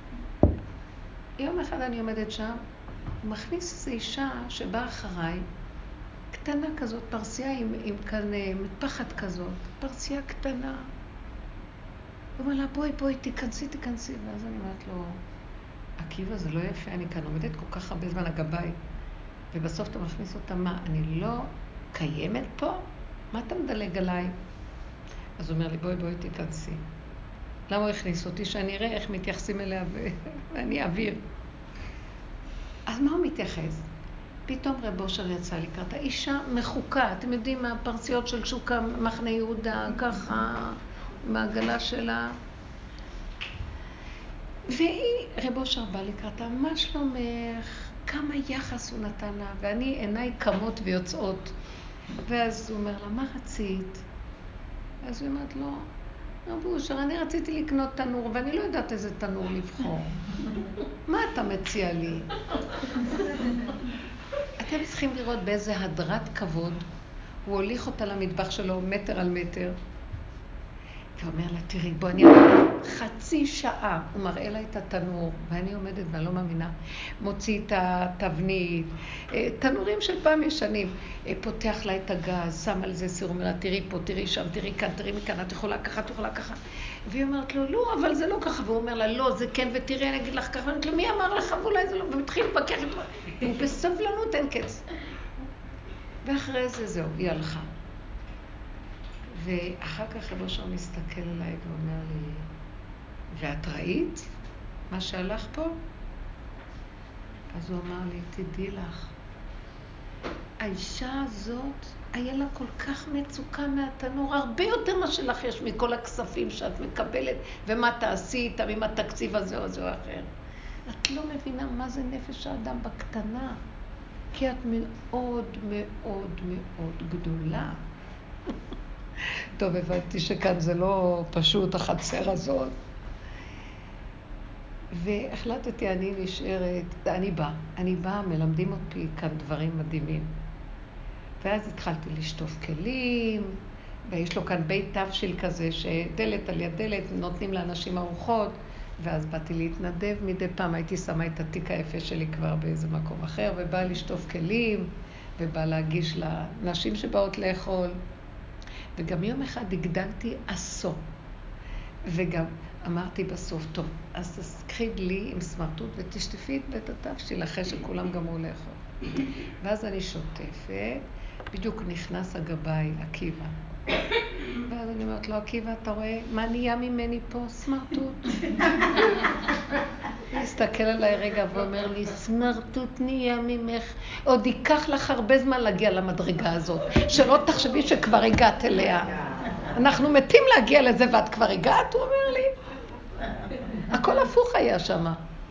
יום אחד אני עומדת שם, הוא מכניס איזו אישה שבאה אחריי, קטנה כזאת, פרסייה עם כאן מטפחת כזאת, פרסייה קטנה. הוא אומר לה, בואי, תיכנסי. ואז אני אומרת לו, עקיבא, זה לא יפה, אני כאן עומדת כל כך הרבה זמן הגבאי, ובסוף אתה מכניס אותה, מה, אני לא קיימת פה? מה אתה מדלג עליי? אז הוא אומר לי, בואי, תיכנסי. למה הוא הכניס אותי? שאני אראה איך מתייחסים אליה ואני אעביר. אז מה הוא מתייחס? פתאום רב אושר יצא לקראת האישה מחוקה. אתם יודעים מה הפרסיות של שוק מחנה יהודה, ככה, מהעגלה שלה. והיא, רב אושר בא לקראתה, מה שלומך? כמה יחס הוא נתן לה? ואני עיניי קמות ויוצאות. ואז הוא אומר לה, מה רצית? אז היא אומרת לו, רב אושר, אני רציתי לקנות תנור, ואני לא יודעת איזה תנור לבחור. מה אתה מציע לי? אתם צריכים לראות באיזה הדרת כבוד, הוא הוליך אותה למטבח שלו מטר על מטר, ואומר לה, תראי, בוא אני אראה חצי שעה, הוא מראה לה את התנור, ואני עומדת ואני לא מאמינה, מוציא את התבנית, תנורים של פעם ישנים, פותח לה את הגז, שם על זה סיר, אומר לה, תראי פה, תראי שם, תראי כאן, תראי מכאן, את יכולה ככה, והיא אומרת לו, לא, אבל זה לא ככה, והוא אומר לה, לא, זה כן, ותראי, אני אגיד לך ככה, ואני אומרת לו, מי אמר לך, ואולי זה לא, ומתחיל להתווכח איתו, הוא בסבלנות אין קץ. ואחרי זה זהו, היא הלכה. ואחר כך רב אושר מסתכל אליי ואומר לי, ואת ראית מה שהלך פה? אז הוא אמר לי, תדעי לך, האישה הזאת היה לה כל כך מצוקה מהתנור, הרבה יותר מה שלך יש מכל הכספים שאת מקבלת, ומה תעשי איתם עם התקציב הזה או זה או אחר. את לא מבינה מה זה נפש האדם בקטנה, כי את מאוד מאוד מאוד גדולה. טוב, הבנתי שכאן זה לא פשוט החצר הזאת. והחלטתי, אני נשארת, אני באה, מלמדים אותי כאן דברים מדהימים. ואז התחלתי לשטוף כלים, ויש לו כאן בית תבשיל כזה, שדלת על יד דלת, נותנים לאנשים ארוחות, ואז באתי להתנדב, מדי פעם הייתי שמה את התיק היפה שלי כבר באיזה מקום אחר, ובאה לשטוף כלים, ובאה להגיש לנשים שבאות לאכול. וגם יום אחד הגדלתי עשור, וגם אמרתי בסוף, טוב, אז תקחי לי עם סמרטוט ותשטפי את בית התבשיל אחרי שכולם גמרו לאכול. ואז אני שוטפת, בדיוק נכנס הגבאי, עקיבא. ואז אני אומרת לו, עקיבא, אתה רואה מה נהיה ממני פה? סמרטוט. הוא הסתכל עליי רגע ואומר לי, סמרטוט נהיה ממך, עוד ייקח לך הרבה זמן להגיע למדרגה הזאת, שלא תחשבי שכבר הגעת אליה. אנחנו מתים להגיע לזה ואת כבר הגעת, הוא אומר לי. הכל הפוך היה שם.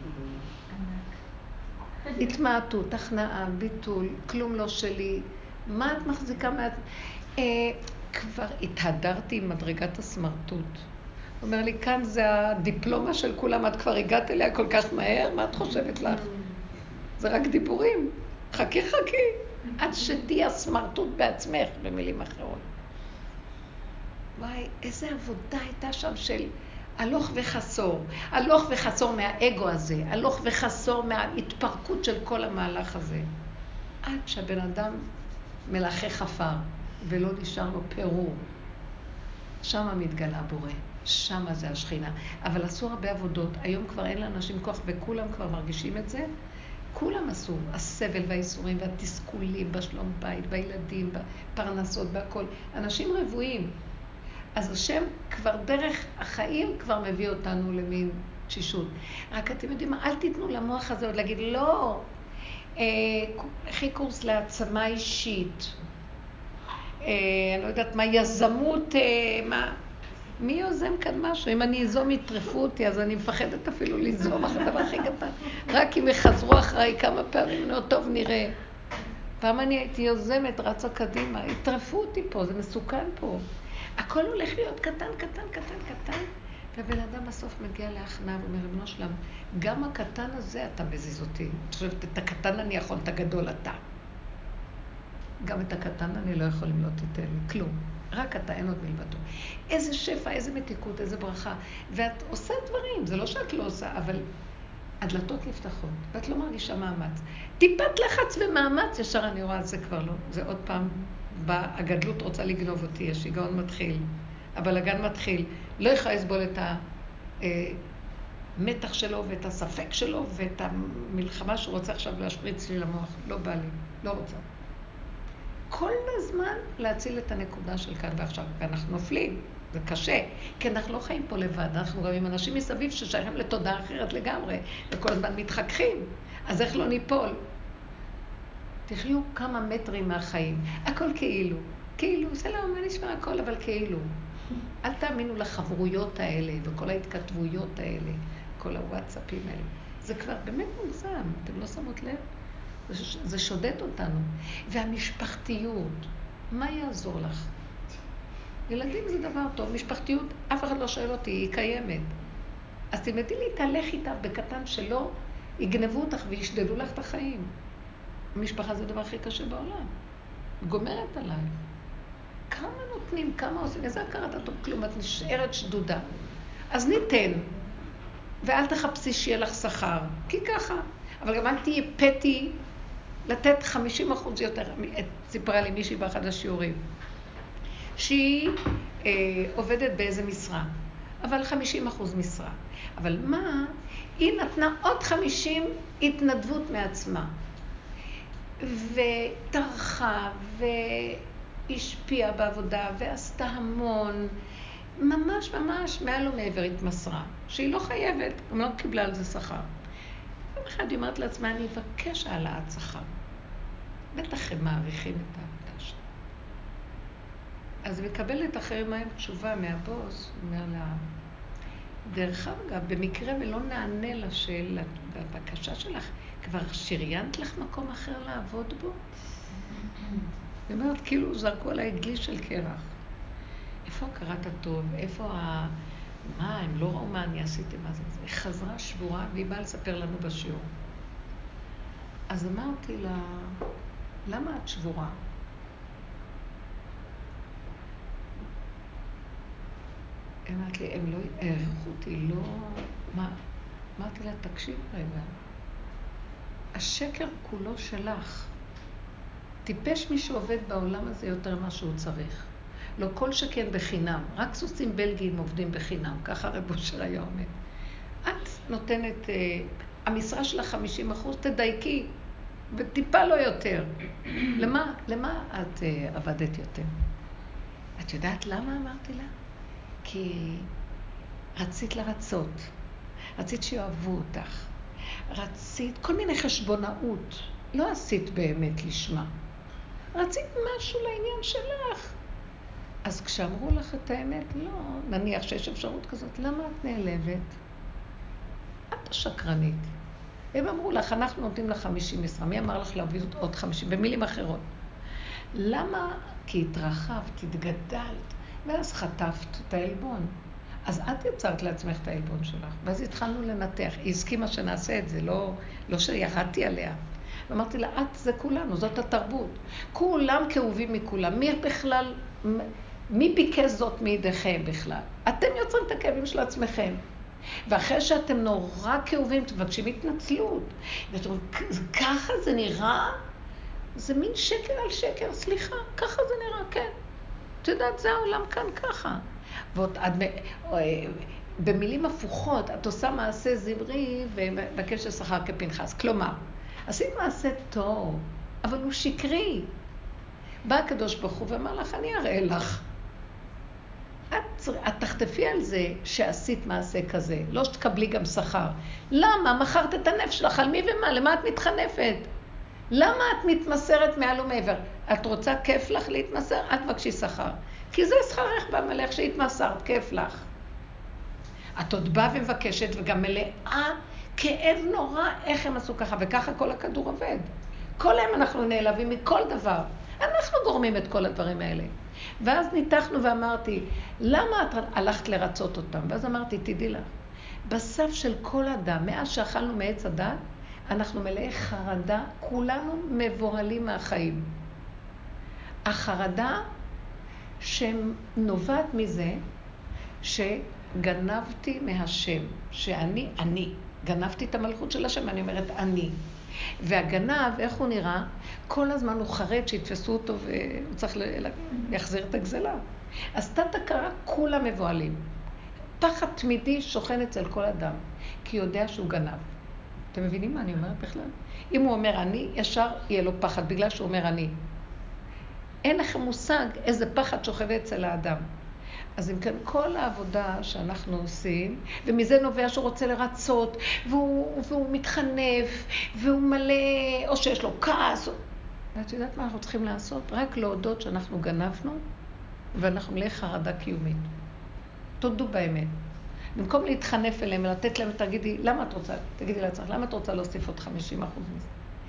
התמעטות, הכנעה, ביטול, כלום לא שלי. מה את מחזיקה כבר התהדרתי עם מדרגת הסמרטוט. הוא אומר לי, כאן זה הדיפלומה של כולם, את כבר הגעת אליה כל כך מהר, מה את חושבת לך? זה רק דיבורים. חכי. עד שתהיה הסמרטוט בעצמך, במילים אחרות. וואי, איזה עבודה הייתה שם של הלוך וחסור מהאגו הזה, הלוך וחסור מההתפרקות של כל המהלך הזה. עד שהבן אדם מלאכי חפר, ולא נשאר לו פירור. שם מתגלה בורא, שם זה השכינה. אבל עשו הרבה עבודות, היום כבר אין לאנשים כוח, וכולם כבר מרגישים את זה. כולם עשו, הסבל והאיסורים והתסכולים בשלום בית, בילדים, בפרנסות, בהכל. אנשים רבועים. אז השם כבר דרך החיים כבר מביא אותנו למין תשישות. רק אתם יודעים מה, אל תיתנו למוח הזה עוד להגיד, לא, הכי קורס להעצמה אישית. אני לא יודעת מה, יזמות, מי יוזם כאן משהו? אם אני איזום יטרפו אותי, אז אני מפחדת אפילו ליזום אחרי דבר הכי קטן. רק אם יחזרו אחריי כמה פעמים, אני טוב נראה. פעם אני הייתי יוזמת, רצה קדימה, יטרפו אותי פה, זה מסוכן פה. הכל הולך להיות קטן, והבן אדם בסוף מגיע להכנעה ואומר, ריבונו שלם, גם הקטן הזה אתה מזיז אותי. את חושבת, את הקטן אני יכול, את הגדול אתה. גם את הקטן אני לא יכול אם לא תיתן לי, כלום. רק אתה, אין עוד מלבדו. איזה שפע, איזה מתיקות, איזה ברכה. ואת עושה דברים, זה לא שאת לא עושה, אבל הדלתות נפתחות, ואת לא מרגישה מאמץ. טיפת לחץ ומאמץ, ישר אני רואה, זה כבר לא. זה עוד פעם, הגדלות רוצה לגנוב אותי, השיגעון מתחיל. הבלגן מתחיל. לא יכולה לסבול את המתח שלו ואת הספק שלו ואת המלחמה שהוא רוצה עכשיו להשפריץ לי למוח. לא בא לי, לא רוצה. כל הזמן להציל את הנקודה של כאן ועכשיו, ואנחנו נופלים, זה קשה, כי אנחנו לא חיים פה לבד, אנחנו גם עם אנשים מסביב ששייכים לתודעה אחרת לגמרי, וכל הזמן מתחככים, אז איך לא ניפול? תחיו כמה מטרים מהחיים, הכל כאילו, זה לא מה נשמע הכל, אבל כאילו. אל תאמינו לחברויות האלה, וכל ההתכתבויות האלה, כל הוואטסאפים האלה. זה כבר באמת מוגזם, אתם לא שמות לב? זה שודד אותנו. והמשפחתיות, מה יעזור לך? ילדים זה דבר טוב, משפחתיות, אף אחד לא שואל אותי, היא קיימת. אז תלמדי להתהלך איתה בקטן שלא יגנבו אותך וישדדו לך את החיים. המשפחה זה הדבר הכי קשה בעולם. גומרת עליי. כמה נותנים, כמה עושים, איזה הכרת הטוב, כלום, את נשארת שדודה. אז ניתן, ואל תחפשי שיהיה לך שכר, כי ככה. אבל גם אל תהיה פטי, לתת 50% יותר, סיפרה לי מישהי באחד השיעורים, שהיא עובדת באיזה משרה, אבל 50% משרה. אבל מה? היא נתנה עוד 50 התנדבות מעצמה, וטרחה, והשפיעה בעבודה, ועשתה המון, ממש מעל ומעבר התמסרה, שהיא לא חייבת, גם לא קיבלה על זה שכר. יום אחד היא אומרת לעצמה, אני אבקש העלאת שכר. בטח הם מעריכים את העבודה שלה. אז היא מקבלת אחרי מים תשובה מהבוס, אומר לה, דרך אגב, במקרה ולא נענה לשאלה, בבקשה שלך, כבר שריינת לך מקום אחר לעבוד בו? היא אומרת, כאילו זרקו עליי דלי של קרח. איפה הכרת הטוב? איפה מה, הם לא ראו מה אני עשיתי, מה זה? היא חזרה שבורה, והיא באה לספר לנו בשיעור. אז אמרתי לה, למה את שבורה? אמרתי לי, הם לא הערכו אותי, לא... מה? אמרתי לה, תקשיב רגע. השקר כולו שלך. טיפש מי שעובד בעולם הזה יותר ממה שהוא צריך. לא כל שכן בחינם. רק סוסים בלגיים עובדים בחינם. ככה רב אושר היה אומר. את נותנת, המשרה שלך 50%, תדייקי. וטיפה לא יותר. למה את עבדת יותר? את יודעת למה אמרתי לה? כי רצית לרצות, רצית שיאהבו אותך, רצית כל מיני חשבונאות, לא עשית באמת לשמה. רצית משהו לעניין שלך. אז כשאמרו לך את האמת, לא, נניח שיש אפשרות כזאת, למה את נעלבת? את השקרנית. הם אמרו לך, אנחנו נותנים לך 50 משרה, מי אמר לך להביא עוד 50? במילים אחרות. למה? כי התרחבת, התגדלת, ואז חטפת את העלבון. אז את יצרת לעצמך את העלבון שלך, ואז התחלנו לנתח. היא הסכימה שנעשה את זה, לא שירדתי עליה. ואמרתי לה, את זה כולנו, זאת התרבות. כולם כאובים מכולם. מי ביקש זאת מידיכם בכלל? אתם יוצרים את הכאבים של עצמכם. ואחרי שאתם נורא כאובים, תבקשים התנצלות. ואתם אומרים, ככה זה נראה? זה מין שקר על שקר, סליחה, ככה זה נראה, כן. את יודעת, זה העולם כאן ככה. במילים הפוכות, את עושה מעשה זמרי ובקש לשכר כפנחס. כלומר, עשית מעשה טוב, אבל הוא שקרי. בא הקדוש ברוך הוא ואמר לך, אני אראה לך. את תחטפי על זה שעשית מעשה כזה, לא שתקבלי גם שכר. למה? מכרת את הנפש שלך, על מי ומה? למה את מתחנפת? למה את מתמסרת מעל ומעבר? את רוצה כיף לך להתמסר? את תבקשי שכר. כי זה שכרך במלך שהתמסרת, כיף לך. את עוד באה ומבקשת וגם מלאה כאב נורא, איך הם עשו ככה, וככה כל הכדור עובד. כל הם אנחנו נעלבים מכל דבר. אנחנו גורמים את כל הדברים האלה. ואז ניתחנו ואמרתי, למה את הלכת לרצות אותם? ואז אמרתי, תדעי לך, בסף של כל אדם, מאז שאכלנו מעץ הדת, אנחנו מלאי חרדה, כולנו מבוהלים מהחיים. החרדה שנובעת מזה שגנבתי מהשם, שאני, גנבתי את המלכות של השם, אני אומרת אני. והגנב, איך הוא נראה? כל הזמן הוא חרד שיתפסו אותו והוא צריך להחזיר את הגזלה. אז תת-הכרה כולם מבועלים. פחד תמידי שוכן אצל כל אדם, כי יודע שהוא גנב. אתם מבינים מה אני אומרת בכלל? אם הוא אומר אני, ישר יהיה לו פחד, בגלל שהוא אומר אני. אין לכם מושג איזה פחד שוכב אצל האדם. אז אם כן, כל העבודה שאנחנו עושים, ומזה נובע שהוא רוצה לרצות, והוא מתחנף, והוא מלא, או שיש לו כעס. ואת יודעת מה אנחנו צריכים לעשות? רק להודות שאנחנו גנבנו, ואנחנו מלא חרדה קיומית. תודו באמת. במקום להתחנף אליהם ולתת להם, תגידי לעצמך, למה את רוצה להוסיף עוד 50% מזה?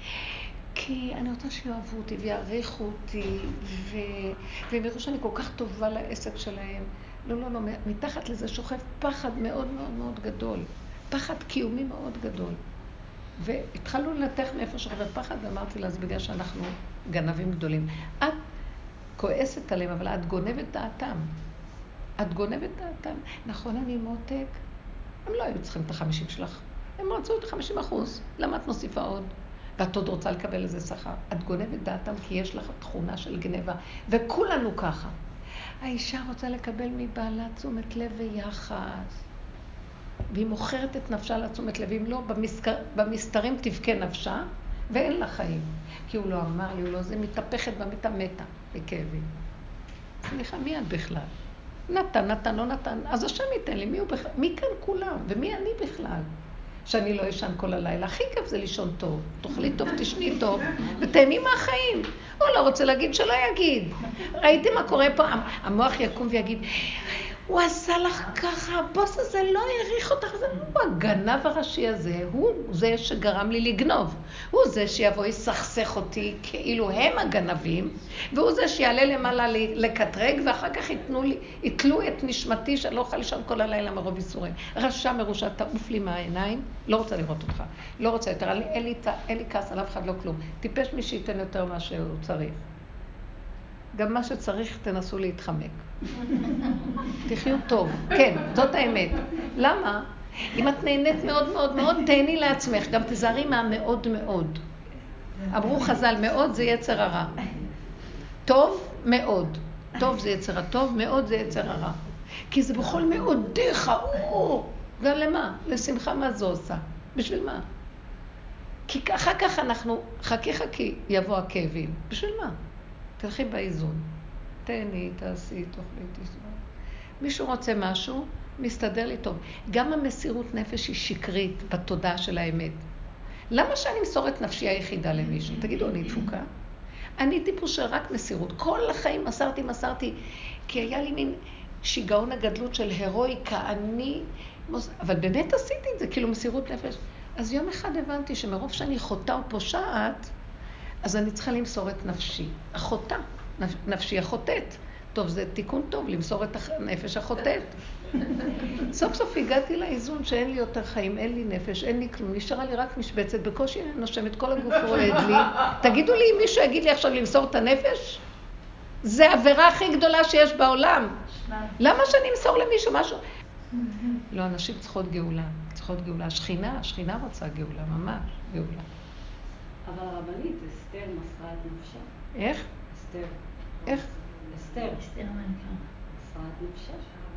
כי אני רוצה שיאהבו אותי ויעריכו אותי, והם יראו שאני כל כך טובה לעסק שלהם. לא, מתחת לזה שוכב פחד מאוד מאוד מאוד גדול. פחד קיומי מאוד גדול. והתחלנו לנתח מאיפה שוכב הפחד, ואמרתי לה, זה בגלל שאנחנו גנבים גדולים. את כועסת עליהם, אבל את גונבת דעתם. את גונבת דעתם. נכון, אני מותק. הם לא היו צריכים את 50 שלך. הם רצו את 50%. למה את מוסיפה עוד? ואת עוד רוצה לקבל איזה שכר. את גונבת דעתם כי יש לך תכונה של גנבה. וכולנו ככה. האישה רוצה לקבל מבעלה תשומת לב ויחס. והיא מוכרת את נפשה לתשומת לב. אם לא, במסתרים תבכה נפשה, ואין לה חיים. כי הוא לא אמר לי, הוא לא זה, מתהפכת במיטה מתה, מכאבים. סליחה, מי את בכלל? נתן, לא נתן. אז השם ייתן לי, מי הוא בכלל? מי כאן כולם? ומי אני בכלל? שאני לא ישן כל הלילה. הכי כיף זה לישון טוב. תאכלי טוב, תשני טוב, ותהני מהחיים. הוא לא רוצה להגיד שלא יגיד. ראיתי מה קורה פה? המוח יקום ויגיד, הוא עשה לך ככה, הבוס הזה לא העריך אותך. הוא הגנב הראשי הזה, הוא זה שגרם לי לגנוב. הוא זה שיבוא יסכסך אותי כאילו הם הגנבים, והוא זה שיעלה למעלה לקטרג, ואחר כך יתלו את נשמתי שאני לא אוכל לישון כל הלילה מרוב איסורים. רשע מרושע, תעוף לי מהעיניים, לא רוצה לראות אותך. לא רוצה יותר, אין לי כעס על אף אחד, לא כלום. טיפש מי שייתן יותר מה שהוא צריך. גם מה שצריך תנסו להתחמק. תחיו טוב. כן, זאת האמת. למה? אם את נהנית מאוד מאוד מאוד, תהני לעצמך. גם תזהרי מה מאוד מאוד. אמרו חז"ל, מאוד זה יצר הרע. טוב מאוד. טוב זה יצר הטוב, מאוד זה יצר הרע. כי זה בכל מאודיך. גם למה? לשמחה מה זה עושה? בשביל מה? כי אחר כך אנחנו, חכי, יבוא הכאבים. בשביל מה? תלכי באיזון. תהני, תעשי, תאכלי, תשמע. מישהו רוצה משהו, מסתדר לי טוב. גם המסירות נפש היא שקרית בתודעה של האמת. למה שאני אמסור את נפשי היחידה למישהו? תגידו, אני דפוקה? אני טיפוס של רק מסירות. כל החיים מסרתי, כי היה לי מין שיגעון הגדלות של הרואיקה, אבל באמת עשיתי את זה, כאילו מסירות נפש. אז יום אחד הבנתי שמרוב שאני חוטאה או פושעת, אז אני צריכה למסור את נפשי. החוטא, נפשי החוטאת. טוב, זה תיקון טוב, למסור את הנפש החוטאת. סוף סוף הגעתי לאיזון שאין לי יותר חיים, אין לי נפש, אין לי כלום. נשארה לי רק משבצת, בקושי אני נושמת, כל הגוף רועד לי. תגידו לי, אם מישהו יגיד לי עכשיו למסור את הנפש? זה העבירה הכי גדולה שיש בעולם. למה שאני אמסור למישהו משהו? לא, אנשים צריכות גאולה. השכינה רוצה גאולה, ממש גאולה. אבל הרבנית, אסתר מסרה את נפשה. איך? אסתר. איך? אסתר. אסתר המלכה. מסרה את נפשה.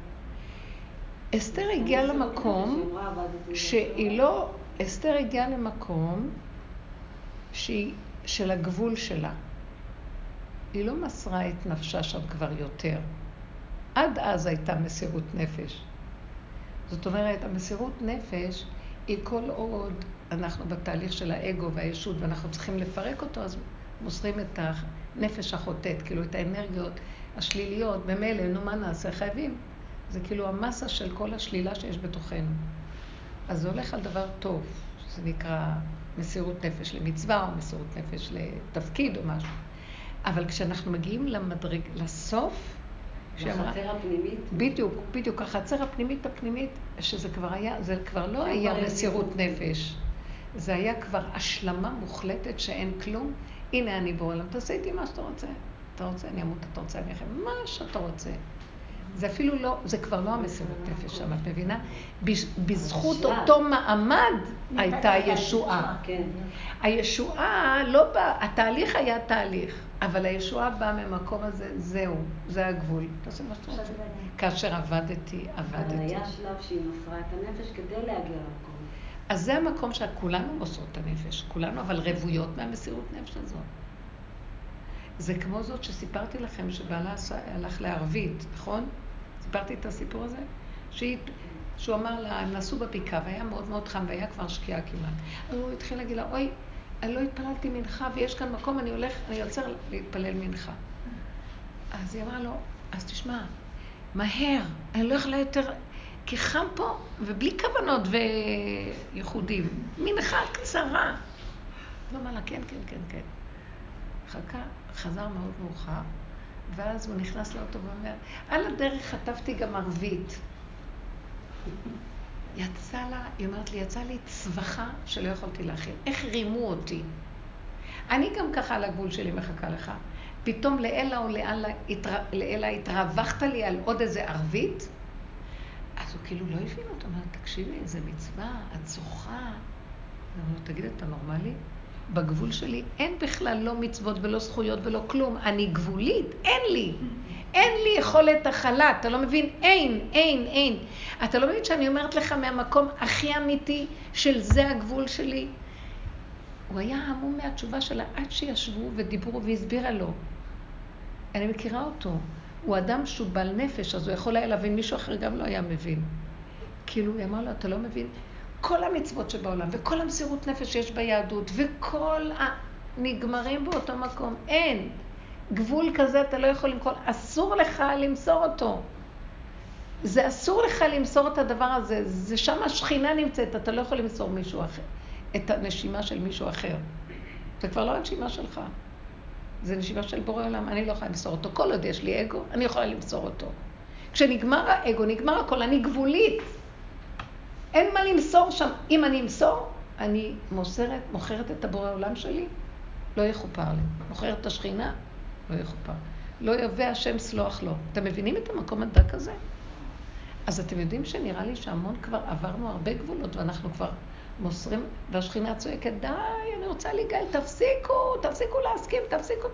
אסתר הגיעה למקום שהיא לא, אסתר הגיעה למקום שהיא של הגבול שלה. היא לא מסרה את נפשה שם כבר יותר. עד אז הייתה מסירות נפש. זאת אומרת, המסירות נפש היא כל עוד אנחנו בתהליך של האגו והישות ואנחנו צריכים לפרק אותו, אז מוסרים את הנפש החוטאת, כאילו את האנרגיות השליליות, במילא, נו מה נעשה, חייבים. זה כאילו המסה של כל השלילה שיש בתוכנו. אז זה הולך על דבר טוב, שזה נקרא מסירות נפש למצווה או מסירות נפש לתפקיד או משהו. אבל כשאנחנו מגיעים לסוף, בחצר הפנימית? בדיוק, החצר הפנימית, שזה כבר היה, זה כבר לא היה מסירות נפש. זה היה כבר השלמה מוחלטת שאין כלום. הנה אני בעולם, תעשה איתי מה שאתה רוצה. אתה רוצה, אני אמות, אתה רוצה, אני אחרי, מה שאתה רוצה. זה אפילו לא, זה כבר לא המסירות נפש שם, את מבינה? בזכות אותו מעמד הייתה הישועה. הישועה לא באה, התהליך היה תהליך, אבל הישועה באה ממקום הזה, זהו, זה הגבול. תעשה מה שאתה רוצה. כאשר עבדתי. אבל היה שלב שהיא מסרה את הנפש כדי להגיע למקום. אז זה המקום שכולנו מוסרות את הנפש, כולנו, אבל רבויות מהמסירות נפש הזאת. זה כמו זאת שסיפרתי לכם שבעלה הלך לערבית, נכון? סיפרתי את הסיפור הזה? שהוא אמר לה, הם נסעו בבקעה, והיה מאוד מאוד חם, והיה כבר שקיעה כמעט. אז הוא התחיל להגיד לה, אוי, אני לא התפללתי מנחה, ויש כאן מקום, אני יוצר להתפלל מנחה. אז היא אמרה לו, אז תשמע, מהר, אני לא יכולה יותר, כי חם פה, ובלי כוונות וייחודים. מנחה קצרה. הוא אמר לה, כן. חזר מאוד מאוחר, ואז הוא נכנס לאוטו ואומר, על הדרך חטפתי גם ערבית. היא אומרת לי, יצא לי צווחה שלא יכולתי להכין. איך רימו אותי? אני גם ככה על הגבול שלי מחכה לך. פתאום לאלה התרווחת לי על עוד איזה ערבית? אז הוא כאילו לא הבין אותו, אומר, תקשיבי, איזה מצווה, את זוכה. הוא אומר, תגיד, אתה נורמלי? בגבול שלי אין בכלל לא מצוות ולא זכויות ולא כלום. אני גבולית, אין לי יכולת החלה, אתה לא מבין? אין. אתה לא מבין שאני אומרת לך מהמקום הכי אמיתי של זה הגבול שלי? הוא היה המום מהתשובה שלה עד שישבו ודיברו והסבירה לו. אני מכירה אותו. הוא אדם שהוא בעל נפש, אז הוא יכול היה להבין, מישהו אחר גם לא היה מבין. כאילו, הוא אמר לו, אתה לא מבין? כל המצוות שבעולם, וכל המסירות נפש שיש ביהדות, וכל הנגמרים באותו מקום, אין. גבול כזה אתה לא יכול למכור, אסור לך למסור אותו. זה אסור לך למסור את הדבר הזה, זה שם השכינה נמצאת, אתה לא יכול למסור מישהו אחר, את הנשימה של מישהו אחר. זה כבר לא הנשימה שלך. זה נשימה של בורא עולם, אני לא יכולה למסור אותו. כל עוד יש לי אגו, אני יכולה למסור אותו. כשנגמר האגו, נגמר הכל, אני גבולית. אין מה למסור שם. אם אני אמסור, אני מוכרת את הבורא העולם שלי, לא יכופר לי. מוכרת את השכינה, לא יכופר. לא יבוא השם סלוח לו. אתם מבינים את המקום הדק הזה? אז אתם יודעים שנראה לי שהמון כבר עברנו הרבה גבולות, ואנחנו כבר מוסרים, והשכינה צועקת, די, אני רוצה להיגאל, תפסיקו להסכים, תפסיקו.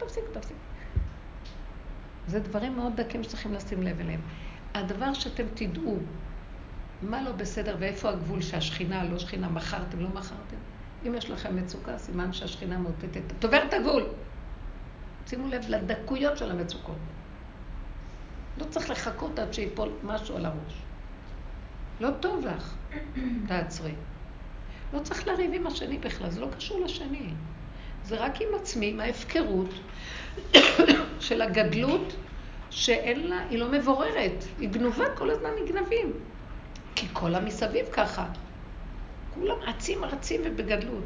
זה דברים מאוד דקים שצריכים לשים לב אליהם. הדבר שאתם תדעו, מה לא בסדר ואיפה הגבול שהשכינה, לא שכינה, מכרתם, לא מכרתם. אם יש לכם מצוקה, סימן שהשכינה מוטטת. תעובר את הגבול. שימו לב לדקויות של המצוקות. לא צריך לחכות עד שיפול משהו על הראש. לא טוב לך. תעצרי. לא צריך לריב עם השני בכלל, זה לא קשור לשני. זה רק עם עצמי, עם ההפקרות של הגדלות שאין לה, היא לא מבוררת. היא גנובה, כל הזמן נגנבים. כי כל המסביב ככה. כולם רצים ובגדלות.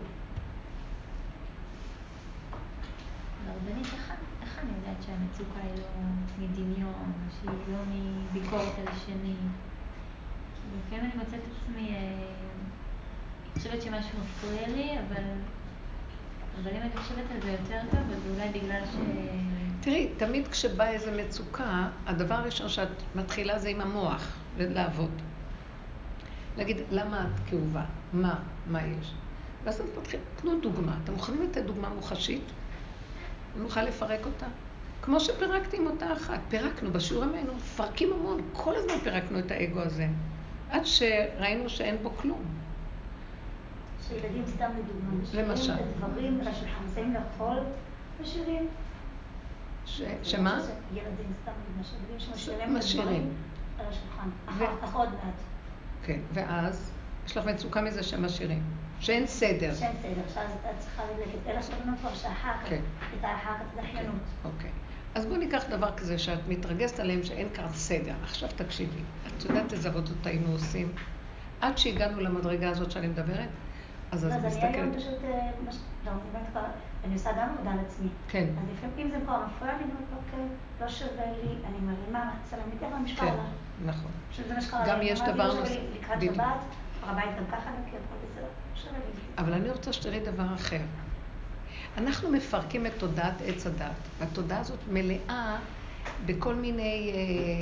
הרבנית, איך אני יודעת שהמצוקה היא לא מדמיון, שהיא לא מביקורת על השני? כן, אני מוצאת את עצמי, אני חושבת שמשהו מפריע לי, אבל אם אני חושבת על זה יותר טוב, אז אולי בגלל תראי, תמיד כשבא איזו מצוקה, הדבר הראשון שאת מתחילה זה עם המוח, לעבוד. להגיד, למה את כאובה? מה יש? ואז את מתחילה, תנו דוגמה. אתם מוכנים לתת דוגמה מוחשית? נוכל לפרק אותה? כמו שפירקתי עם אותה אחת. פירקנו, בשיעורים היינו מפרקים המון. כל הזמן פירקנו את האגו הזה. עד שראינו שאין בו כלום. שילדים סתם לדוגמה, למשל. משאירים את הדברים על השולחן, שמים לאכול, משאירים. שמה? ילדים סתם לדוגמה, שמשאירים את הדברים על השולחן, אחר עוד מעט. כן, ואז יש לך מצוקה מזה שמשאירים. שאין סדר. שאז את צריכה ללכת אל השולחנות כבר שאחר כך, את האחר כך דחיינות. אוקיי. אז בואו ניקח דבר כזה שאת מתרגשת עליהם שאין כאן סדר. עכשיו תקשיבי. את יודעת איזה עבודות היינו עושים? עד שהגענו למדרגה הזאת שאני מדברת, אז את מסתכלת. אני היום פשוט, לא, באמת כבר, אני עושה גם עבודה על עצמי. כן. אז לפעמים, אם זה כבר מפריע לי, אני אומרת, אוקיי, לא שווה לי, אני מרימה, צלמית, אבל המשפחה כן, לה. נכון. שזה מה שקרה גם לי, יש אמרתי, דבר לא שווה נוסף. לי לקראת בדיוק. שבת, הבית גם ככה נקי, הכל בסדר, לא שווה לי. אבל אני רוצה שתראי דבר אחר. אנחנו מפרקים את תודעת עץ הדת. התודעה הזאת מלאה בכל מיני,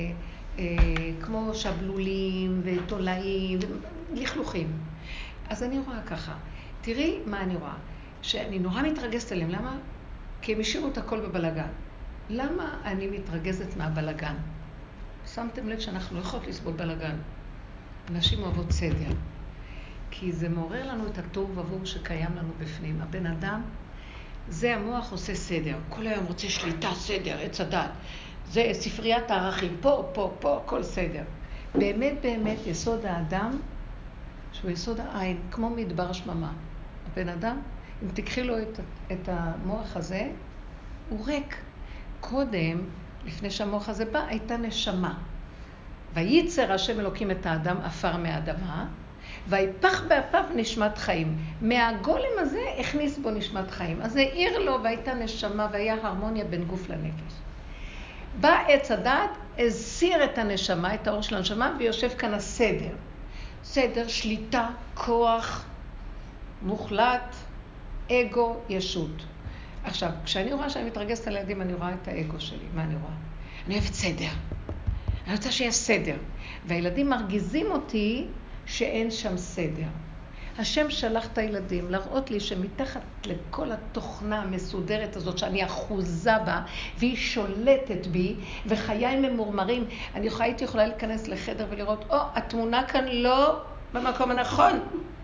כמו שבלולים ותולעים, לכלוכים. אז אני רואה ככה. תראי מה אני רואה. שאני נורא מתרגזת עליהם. למה? כי הם השאירו את הכל בבלגן. למה אני מתרגזת מהבלגן? שמתם לב שאנחנו לא יכולות לסבול בלגן. אנשים אוהבות סדר. כי זה מעורר לנו את התוהו ובוהו שקיים לנו בפנים. הבן אדם, זה המוח עושה סדר. כל היום רוצה שליטה, סדר, עץ הדת. זה ספריית הערכים, פה, הכל סדר. באמת, באמת, יסוד האדם, שהוא יסוד העין, כמו מדבר שממה. הבן אדם, אם תקחי לו את המוח הזה, הוא ריק. קודם, לפני שהמוח הזה בא, הייתה נשמה. וייצר השם אלוקים את האדם עפר מהאדמה, ויפח באפיו נשמת חיים. מהגולם הזה הכניס בו נשמת חיים. אז העיר לו והייתה נשמה והיה הרמוניה בין גוף לנפש. בא עץ הדעת, הסיר את הנשמה, את האור של הנשמה, ויושב כאן הסדר. סדר, שליטה, כוח, מוחלט, אגו, ישות. עכשיו, כשאני רואה שאני מתרגשת על ילדים, אני רואה את האגו שלי. מה אני רואה? אני אוהבת סדר. אני רוצה שיהיה סדר. והילדים מרגיזים אותי שאין שם סדר. השם שלח את הילדים להראות לי שמתחת לכל התוכנה המסודרת הזאת שאני אחוזה בה, והיא שולטת בי, וחיי ממורמרים, אני הייתי יכולה להיכנס לחדר ולראות, התמונה כאן לא במקום הנכון.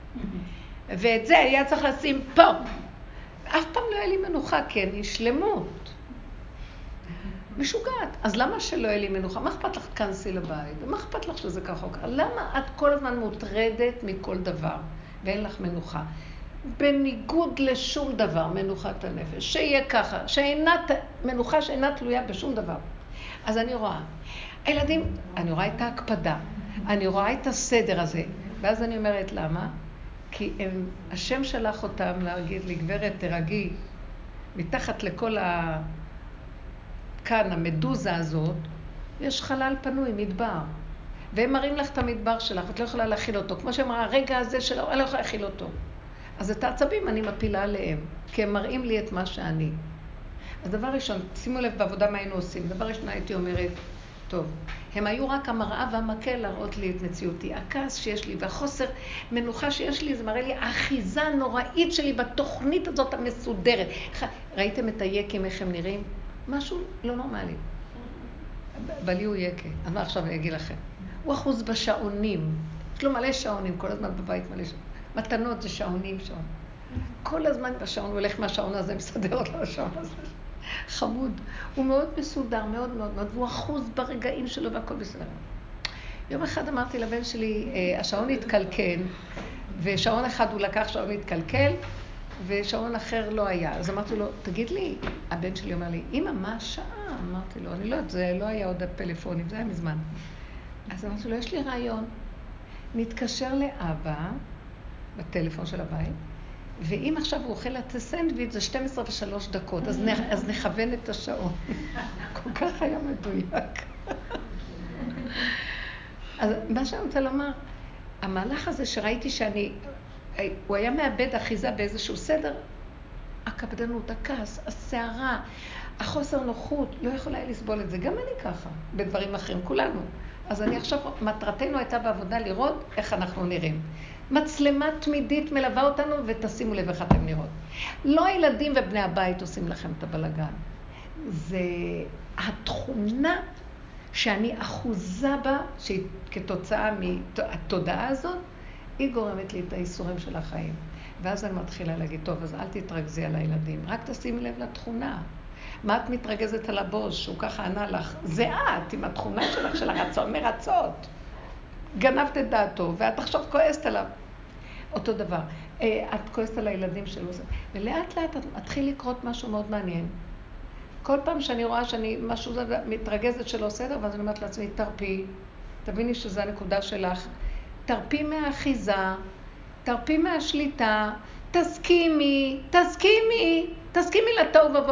ואת זה היה צריך לשים פה. אף פעם לא היה לי מנוחה, כי אני שלמות. משוגעת. אז למה שלא יהיה לי מנוחה? מה אכפת לך תכנסי לבית? ומה אכפת לך שזה ככה או ככה? למה את כל הזמן מוטרדת מכל דבר ואין לך מנוחה? בניגוד לשום דבר, מנוחת הנפש. שיהיה ככה, מנוחה שאינה תלויה בשום דבר. אז אני רואה. הילדים, אני רואה את ההקפדה. אני רואה את הסדר הזה. ואז אני אומרת, למה? כי השם שלח אותם להגיד לי, גברת, תרגי, מתחת לכל כאן, המדוזה הזאת, יש חלל פנוי, מדבר. והם מראים לך את המדבר שלך, ואת לא יכולה להכיל אותו. כמו שאמרה, הרגע הזה שלו, אני לא יכולה להכיל אותו. אז את העצבים אני מפילה עליהם, כי הם מראים לי את מה שאני. אז דבר ראשון, שימו לב בעבודה מה היינו עושים. דבר ראשון הייתי אומרת, טוב, הם היו רק המראה והמקל להראות לי את מציאותי. הכעס שיש לי והחוסר מנוחה שיש לי, זה מראה לי האחיזה הנוראית שלי בתוכנית הזאת המסודרת. ראיתם את היקים, איך הם נראים? משהו לא נורמלי. אבל הוא יקה. אז מה עכשיו אני אגיד לכם? הוא אחוז בשעונים. יש לו מלא שעונים, כל הזמן בבית מלא שעונים. מתנות זה שעונים. כל הזמן בשעון, הוא הולך מהשעון הזה, מסדר אותו לשעון הזה. חמוד. הוא מאוד מסודר, מאוד מאוד מאוד, והוא אחוז ברגעים שלו והכל בסדר. יום אחד אמרתי לבן שלי, השעון התקלקל, ושעון אחד הוא לקח, שעון התקלקל, ושעון אחר לא היה. אז אמרתי לו, תגיד לי, הבן שלי אומר לי, אמא, מה השעה? אמרתי לו, אני לא יודעת, זה לא היה עוד הפלאפונים, זה היה מזמן. אז אמרתי לו, יש לי רעיון. נתקשר לאבא, בטלפון של הבית, ואם עכשיו הוא אוכל את הסנדוויץ' זה 12:03, אז נכוון את השעון. כל כך היה מדויק. אז מה שאני רוצה לומר, המהלך הזה שראיתי הוא היה מאבד אחיזה באיזשהו סדר, הקפדנות, הכעס, הסערה, החוסר נוחות, לא יכולה לסבול את זה. גם אני ככה, בדברים אחרים, כולנו. אז אני עכשיו, מטרתנו הייתה בעבודה לראות איך אנחנו נראים. מצלמה תמידית מלווה אותנו, ותשימו לב איך אתם נראות. לא הילדים ובני הבית עושים לכם את הבלגן. זה התכונה שאני אחוזה בה, שכתוצאה מהתודעה הזאת, היא גורמת לי את האיסורים של החיים. ואז אני מתחילה להגיד, טוב, אז אל תתרגזי על הילדים, רק תשימי לב לתכונה. מה את מתרגזת על הבוס, שהוא ככה ענה לך? זה את, עם התכונה שלך, של הרצון מרצות. גנבת את דעתו, ואת עכשיו כועסת עליו. אותו דבר. את כועסת על הילדים שלו. ולאט לאט את מתחיל לקרות משהו מאוד מעניין. כל פעם שאני רואה שאני משהו מתרגזת שלא סדר, ואז אני אומרת לעצמי, תרפי, תביני שזו הנקודה שלך. תרפי מהאחיזה, תרפי מהשליטה, תסכימי לתוהו ובוהו.